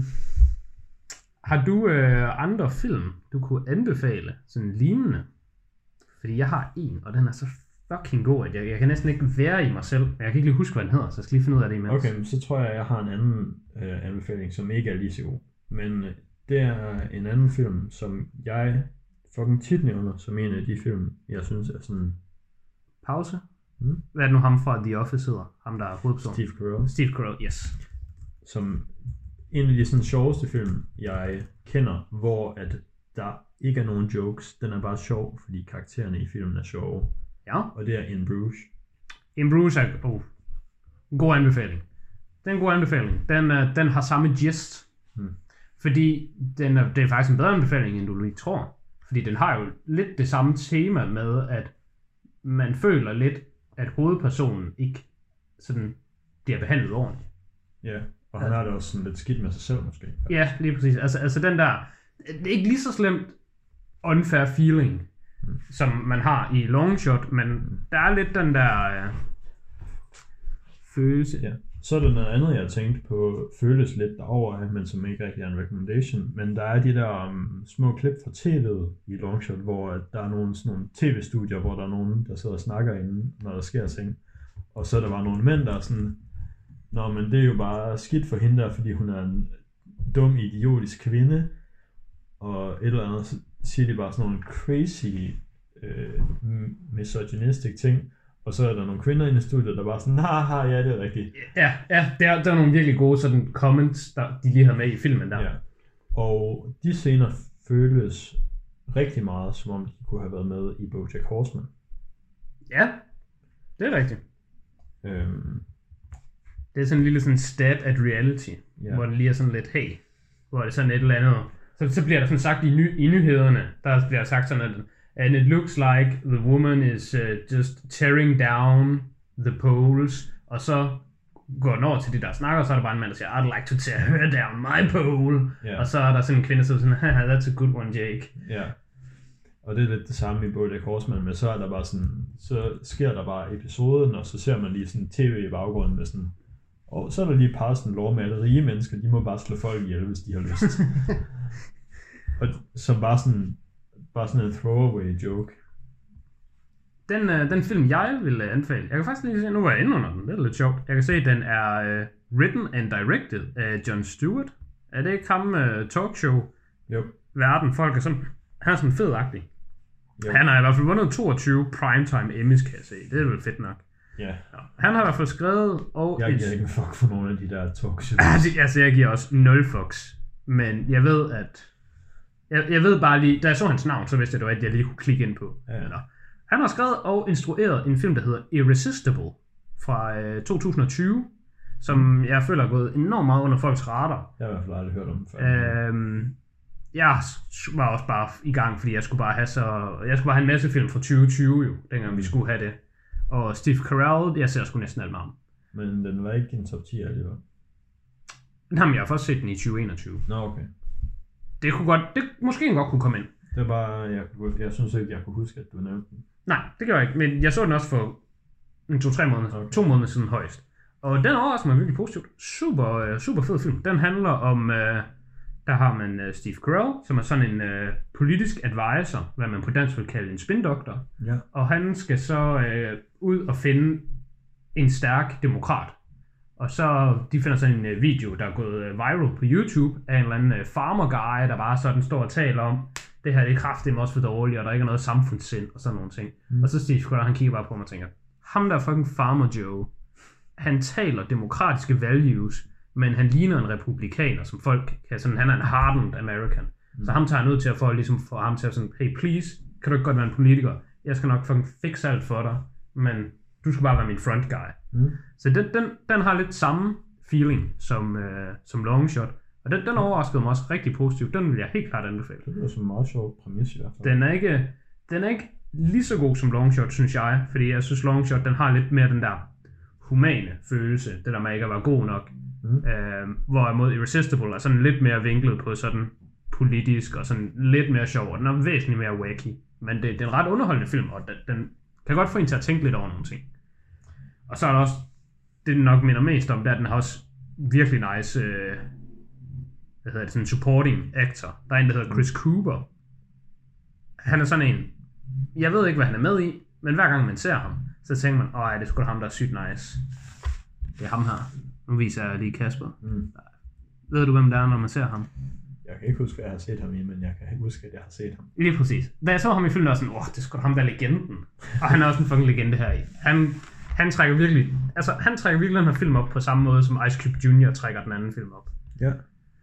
har du uh, andre film, du kunne anbefale, sådan lignende? Fordi jeg har en, og den er så fucking god, at jeg, jeg kan næsten ikke være i mig selv. Jeg kan ikke lige huske, hvad den hedder, så jeg skal lige finde ud af det imens. Okay, så tror jeg, jeg har en anden øh, anbefaling, som ikke er lige så god. Men øh, det er en anden film, som jeg fucking tit nævner, som en af de film, jeg synes er sådan... Pause? Hmm? Hvad er det nu ham fra The Office hedder? Ham der er hovedpersonen? Steve Carell. Steve Carell, yes. Som en af de sådan sjoveste film, jeg kender, hvor at der ikke er nogen jokes. Den er bare sjov, fordi karaktererne i filmen er sjove. Ja. Og det er In Bruges. In Bruges er oh, en god anbefaling. Det er en god anbefaling. Den, uh, den har samme gist. Hmm. Fordi den er, det er faktisk en bedre anbefaling, end du lige tror. Fordi den har jo lidt det samme tema med, at man føler lidt, at hovedpersonen ikke sådan bliver behandlet ordentligt. Ja, og han har det også sådan lidt skidt med sig selv måske. Ja, lige præcis. Altså, altså den der, det er ikke lige så slemt unfair feeling, mm. som man har i Longshot, men mm. der er lidt den der øh, følelse. Ja. Så er der noget andet, jeg har tænkt på, føles lidt derover, men som ikke rigtig er en recommendation. Men der er de der um, små klip fra tv'et i Longshot, hvor der er nogle, sådan nogle tv-studier, hvor der er nogen, der sidder og snakker inde, når der sker ting. Og så er der bare nogle mænd, der er sådan, nå, men det er jo bare skidt for hende der, fordi hun er en dum, idiotisk kvinde. Og et eller andet, så siger de bare sådan nogle crazy, øh, misogynistic ting. Og så er der nogle kvinder inde i studiet, der bare sådan, haha, ja, det er rigtigt. Ja, ja, der er, der er nogle virkelig gode sådan comments, der de lige har med i filmen der. Ja. Og de scener føles rigtig meget, som om de kunne have været med i BoJack Horseman. Ja, det er rigtigt. Øhm. Det er sådan en lille sådan stab at reality, ja. hvor det lige er sådan lidt, hey, hvor det er sådan et eller andet. Så, så bliver der sådan sagt i, ny, i nyhederne, der bliver sagt sådan, at and it looks like the woman is uh, just tearing down the poles. Og så går den over til de der snakker, så er der bare en mand, der siger, I'd like to tear her down my pole. Yeah. Og så er der sådan en kvinde, der siger sådan, haha, that's a good one, Jake. Ja. Yeah. Og det er lidt det samme i BoJack Horseman, men så er der bare sådan, så sker der bare episoden, og så ser man lige sådan tv i baggrunden med sådan, og så er der lige par sådan lov med, at rige mennesker, de må bare slå folk ihjel, hvis de har lyst. Og som bare sådan, bare sådan en throwaway joke. Den, øh, den film, jeg vil anbefale, jeg kan faktisk lige se, nu var jeg inde under den, det er lidt sjovt. Jeg kan se, at den er øh, written and directed af Jon Stewart. Er det ikke ham øh, talkshow? Jo. Verden, folk er sådan, han er sådan fedagtig. Jo. Han har i hvert fald vundet toogtyve primetime Emmys, kan jeg se. Det er vel fedt nok. Ja. Yeah. Han har i hvert fald skrevet og... Jeg giver ikke fuck for nogle af de der talkshows. Altså, jeg giver også nul fucks. Men jeg ved, at... Jeg, jeg ved bare lige... Da jeg så hans navn, så vidste jeg, at jeg lige kunne klikke ind på. Ja. Eller, han har skrevet og instrueret en film, der hedder Irresistible fra øh, to tusind og tyve, som mm. jeg føler er gået enormt meget under folks radar. Jeg har i hvert fald aldrig hørt om før. Øhm, jeg var også bare i gang, fordi jeg skulle bare have så... Jeg skulle bare have en masse film fra tyve tyve jo, dengang mm. vi skulle have det. Og Steve Carell, jeg ser sgu næsten alt med ham. Men den var ikke en top ti alligevel. Jamen, jeg har først set den i tyve enogtyve. Nå, okay. Det kunne godt, det måske godt kunne komme ind. Det var bare, jeg, jeg synes ikke, jeg kunne huske, at du nævnte den. Nej, det gør jeg ikke, men jeg så den også for en to-tre måneder, okay. to måneder siden højst. Og den overrasker mig virkelig positivt. Super, super fed film. Den handler om, øh, der har man øh, Steve Carell, som er sådan en øh, politisk advisor, hvad man på dansk vil kalde en spindoktor. Ja. Og han skal så øh, ud og finde en stærk demokrat. Og så de finder sådan en video, der er gået viral på YouTube, af en eller anden farmer guy, der bare sådan står og taler om, det her det er kraftigt også for dårligt, og der ikke er noget samfundssind og sådan nogle ting. Mm. Og så Steve Carell, han kigger bare på mig og tænker, ham der fucking Farmer Joe, han taler demokratiske values, men han ligner en republikaner, som folk kan sådan, han er en hardened American. Mm. Så ham tager han ud til at få, ligesom få ham til at sådan, hey please, kan du ikke godt være en politiker? Jeg skal nok fucking fixe alt for dig, men du skal bare være min front guy. Mm. Så den, den, den har lidt samme feeling som, øh, som Longshot. Og den, den overraskede mig også rigtig positivt. Den vil jeg helt klart anbefale. Det er sådan en meget sjov præmis i hvert fald. Den er ikke, den er ikke lige så god som Longshot, synes jeg. Fordi jeg synes Longshot, den har lidt mere den der humane følelse. Det der med ikke at være god nok. Mm. Øh, hvorimod Irresistible er sådan lidt mere vinklet på sådan politisk og sådan lidt mere sjov. Og den er væsentligt mere wacky. Men det, det er en ret underholdende film, og den, den kan godt få en til at tænke lidt over nogle ting. Og så er der også, det den nok minder mest om, det er, at den har også virkelig nice, øh, hvad hedder det, sådan en supporting actor. Der er en, der hedder Chris Cooper. Han er sådan en, jeg ved ikke, hvad han er med i, men hver gang man ser ham, så tænker man, åh, det er sgu da ham, der er sygt nice. Det er ham her. Nu viser jeg lige Kasper. Mm. Ved du, hvem det er, når man ser ham? Jeg kan ikke huske, hvad jeg har set ham i, men jeg kan huske, at jeg har set ham. Lige præcis. Da jeg så ham i filmen, var sådan, åh, det er sgu da ham, der er legenden. Og han er også en fucking legende her i. Han, han trækker virkelig, altså han trækker virkelig den her film op på samme måde, som Ice Cube junior trækker den anden film op. Ja.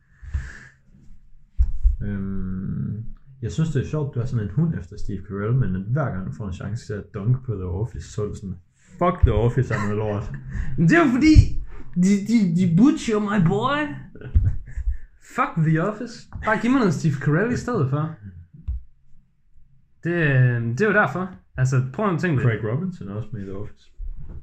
Øhm, jeg synes, det er sjovt, du har sådan en hund efter Steve Carell, men hver gang du får en chance til at dunke på The Office, så er du sådan, fuck The Office er noget lort. Det er jo fordi, de, de, de butcher my boy. Fuck The Office. Bare giv mig noget Steve Carell i stedet for. Det, det er jo derfor. Altså, prøv at tænke Craig Robinson er også med i The Office.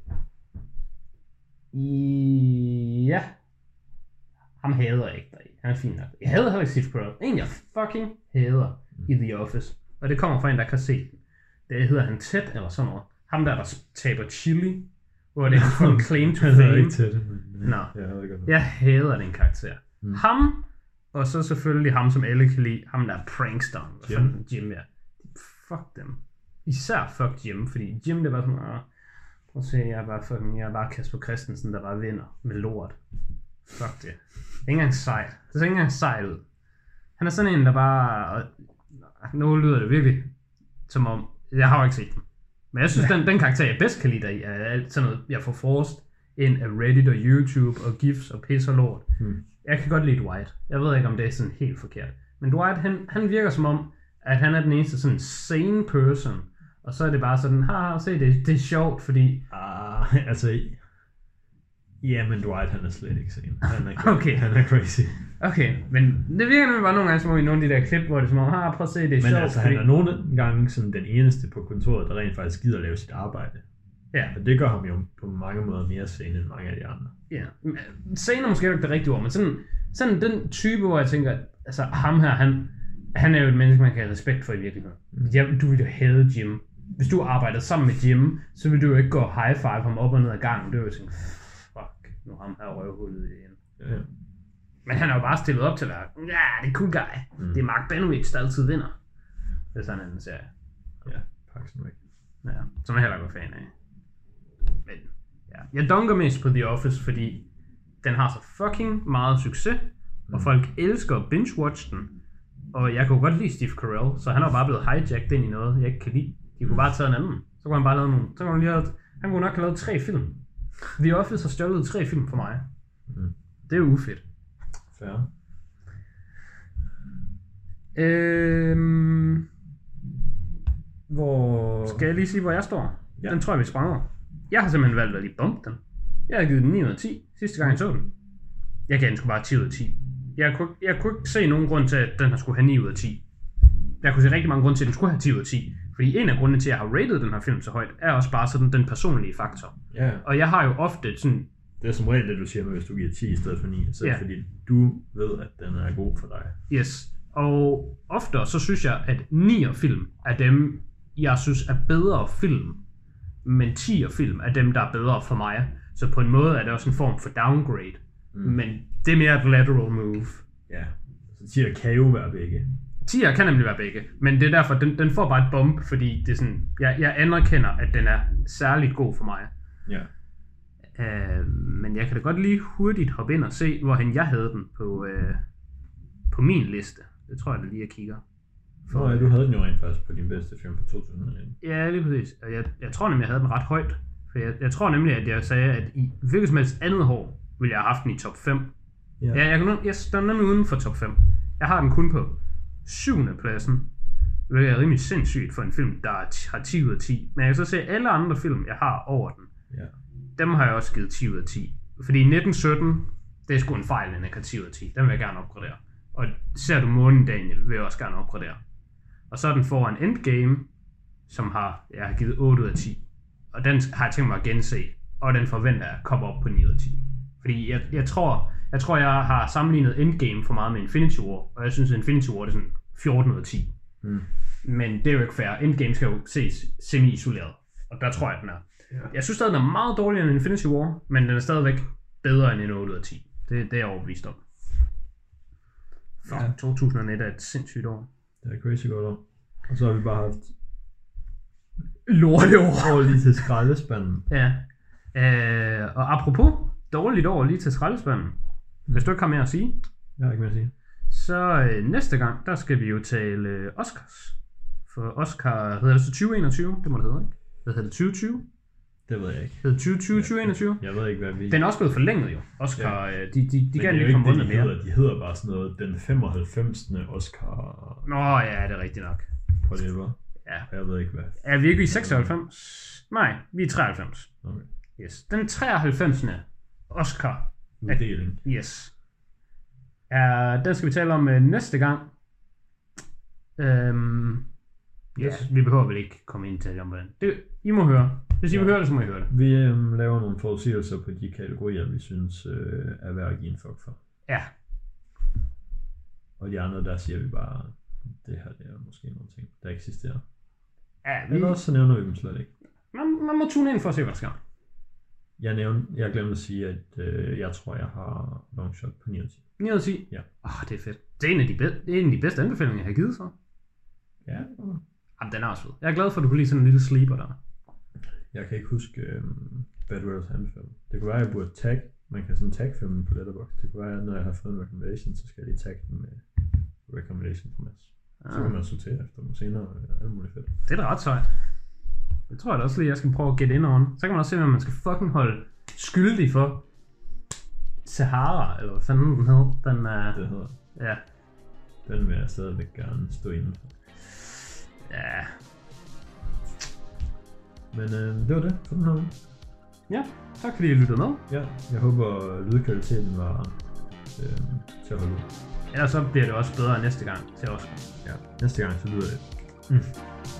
Ja. Ham hader jeg ikke deri. Han er fin nok. Jeg hader heller ikke Steve Carell. En jeg fucking hader i The Office. Og det kommer fra en, der kan se den. Det hedder han Ted eller sådan noget. Ham der, der taber chili. Hvor det er en claim to fame. Jeg er ikke Ted, men Nå. Jeg, jeg hader den karakter. Mm. Ham, og så selvfølgelig ham, som alle kan lide. Ham der er prankster. Jim. Jim, ja. Fuck dem. Især fuck Jim, fordi Jim, det var sådan, åh, prøv at se, jeg er bare fucking, jeg er bare Kasper Christensen, der bare vinder med lort. Fuck det. Det er ikke engang sejt. Det ser ikke engang sejt ud. Han er sådan en, der bare, og nu lyder det virkelig, som om, jeg har jo ikke set den. Men jeg synes, ja. den, den karakter, jeg bedst kan lide deri, er alt sådan noget, jeg får forrest ind af Reddit og YouTube og GIFs og pis og lort. Hmm. Jeg kan godt lide Dwight. Jeg ved ikke, om det er sådan helt forkert. Men Dwight, han, han virker som om, at han er den eneste sådan sane person. Og så er det bare sådan, haha, se, det, det er sjovt, fordi... Ah, altså... Ja, men Dwight, han er slet ikke sane. Han er, okay. Han er crazy. Okay, men det virker nemlig bare nogle gange som i nogle af de der klip, hvor det er som om, haha, prøv at se, det er men sjovt. Men altså, fordi... han er nogle gange sådan den eneste på kontoret, der rent faktisk gider at lave sit arbejde. Ja. Og det gør ham jo på mange måder mere sane end mange af de andre. Ja, sane er måske ikke det rigtige ord, men sådan, sådan den type, hvor jeg tænker, altså ham her, han, han er jo et menneske, man kan have respekt for i virkeligheden. Mm. Jeg, du ville jo hade Jim. Hvis du arbejdede sammen med Jim, så ville du jo ikke gå high five ham op og ned ad gangen. Det var jo sådan, fuck, nu ham her røvhullet igen. Ja. Men han er jo bare stillet op til at være, ja, det er cool guy. Mm. Det er Mark Benowitz, der altid vinder. Det er sådan en serie. Ja, Parks and Rec. Ja, som jeg heller ikke var fan af. Men ja, jeg dunker mest på The Office, fordi den har så fucking meget succes, mm. og folk elsker at binge-watch den. Og jeg kunne godt lide Steve Carell, så han er bare blevet hijacked ind i noget, jeg ikke kan lide. De kunne bare tage en anden. Så kunne han bare lave nogle. Så kunne han lige have, han kunne nok have lavet tre film. The Office har stjålet tre film for mig. Mm. Det er jo ufedt. Fair. Øhm, hvor... Skal jeg lige sige, hvor jeg står? Ja. Den tror jeg, vi sprang over. Jeg har simpelthen valgt at lige bumpe den. Jeg har givet den ni ud af ti, sidste gang jeg så den. Jeg gav den sgu bare ti ud af ti. Jeg kunne, jeg kunne ikke se nogen grund til, at den her skulle have ni ud af ti. Jeg kunne se rigtig mange grunde til, at den skulle have ti ud af ti. Fordi en af grundene til, at jeg har rated den her film så højt, er også bare sådan den personlige faktor. Ja. Og jeg har jo ofte sådan... Det er som regel det, du siger med, hvis du giver ti i stedet for ni. Så er det fordi, du ved, at den er god for dig. Yes. Og ofte så synes jeg, at nier film er dem, jeg synes er bedre film. Men tier film er dem, der er bedre for mig. Så på en måde er det også en form for downgrade. Mm. Men det er mere et lateral move. Ja, så tier kan jo være begge. tier kan nemlig være begge, men det er derfor, den, den får bare et bump, fordi det er sådan, jeg, jeg anerkender, at den er særligt god for mig. Ja. Uh, men jeg kan da godt lige hurtigt hoppe ind og se, hvorhen jeg havde den på, uh, på min liste. Det tror jeg da lige, jeg kigger. For, Nå ja, du havde den jo rent faktisk på din bedste film på to tusind nitten. Ja, lige præcis. Jeg, jeg tror nemlig, jeg havde den ret højt. For jeg, jeg tror nemlig, at jeg sagde, at i hvilket som helst andet år, ville jeg have haft den i top fem. Ja, ja jeg, jeg, jeg står nemlig uden for top fem. Jeg har den kun på syvende pladsen. Det er rimelig sindssygt for en film, der har ti ud af ti. Men jeg kan så se, at alle andre film, jeg har over den, ja. Dem har jeg også givet ti ud af ti. Fordi nitten sytten, det er sgu en fejl, den ikke har ti ud af ti. Den vil jeg gerne opgradere. Og ser du Månen, Daniel, vil jeg også gerne opgradere. Og så er den foran Endgame, som har, jeg har givet otte ud af ti. Og den har jeg tænkt mig at gense. Og den forventer jeg at komme op på ni ud af ti. Fordi jeg, jeg tror, jeg tror, jeg har sammenlignet Endgame for meget med Infinity War. Og jeg synes, at Infinity War er sådan fjorten ud af ti. Mm. Men det er jo ikke fair. Endgame skal jo ses semi-isoleret. Og der tror jeg, den er. Ja. Jeg synes stadig, den er meget dårligere end Infinity War, men den er stadigvæk bedre end en otte ud af ti. Det, det er jeg overbevist om. Fuck, Ja. to tusind og et er et sindssygt år. Det er crazy godt år. Og så har vi bare haft Lorteår. år lige til skraldespanden. Ja. Øh, og apropos dårligt år lige til skraldespanden. Hvis du ikke har mere at sige, Jeg har ikke mere at sige. så øh, næste gang, der skal vi jo tale øh, Oscars. For Oscar, hedder det så tyve enogtyve? Det må det hedde, ikke? Hvad hedder det, tyve tyve? Det ved jeg ikke. Hedder det tyve tyve, tyve enogtyve? Jeg ved ikke, hvad vi... Den er også blevet forlænget jo. Oscar, ja. øh, de, de, de Men kan det er lige jo komme ikke rundt det, de mere. hedder. De hedder bare sådan noget, den femoghalvfemsende Oscar... Nå ja, det er rigtigt nok. Whatever. Ja. Jeg ved ikke, hvad... Er vi ikke i seksoghalvfems? Nej, vi er i treoghalvfems. Okay. Yes. Den treoghalvfemsende Oscar. Uddeling. Yes. Uh, den skal vi tale om uh, næste gang. Um, ja, Yes. vi behøver vel ikke komme ind til om den. Det, I må høre. Hvis I Ja. vil høre det, så må I høre det. Vi øhm, laver nogle forudsigelser på de kategorier, vi synes øh, er værd at give en fuck for. Ja. Og de andre, der siger vi bare, det her det er måske nogle ting, der eksisterer. Ja, vi, Eller også så nævner vi dem slet ikke. man, man må tune ind for at se, hvad der sker. Jeg, nævnte, jeg glemte at sige, at øh, jeg tror, jeg har longshot på ni ud af ti. ni ud af ti? Ja. Åh, oh, det er fedt. Det er en af de, be- det er en af de bedste anbefalinger, jeg har givet så. Ja. Jamen, den er også fed. Jeg er glad for, at du kunne lide sådan en lille sleeper der. Jeg kan ikke huske øh, Bad Worlds anbefaling. Det kunne være, at jeg burde tag. Man kan sådan tag filmen på Letterboxd. Det kunne være, at når jeg har fået en recommendation, så skal jeg lige tagge den med recommendation fra Mads. Ah. Så kan man sortere efter dem senere og alt muligt fedt. Det er da ret sejt. Det tror jeg da også lige, jeg skal prøve at get in on. Så kan man også se, hvad man skal fucking holde skyldig for. Sahara, eller hvad fanden den hed. Den er... Det hedder. Ja. Den vil jeg stadigvæk gerne stå inden for. Ja. Men øh, det var det for den her uge. Ja, tak fordi I lyttede med. Ja, jeg håber lydkvaliteten var øh, til at holde ud. Ellers så bliver det også bedre næste gang til Oscar. Ja, næste gang så lyder det. Mm.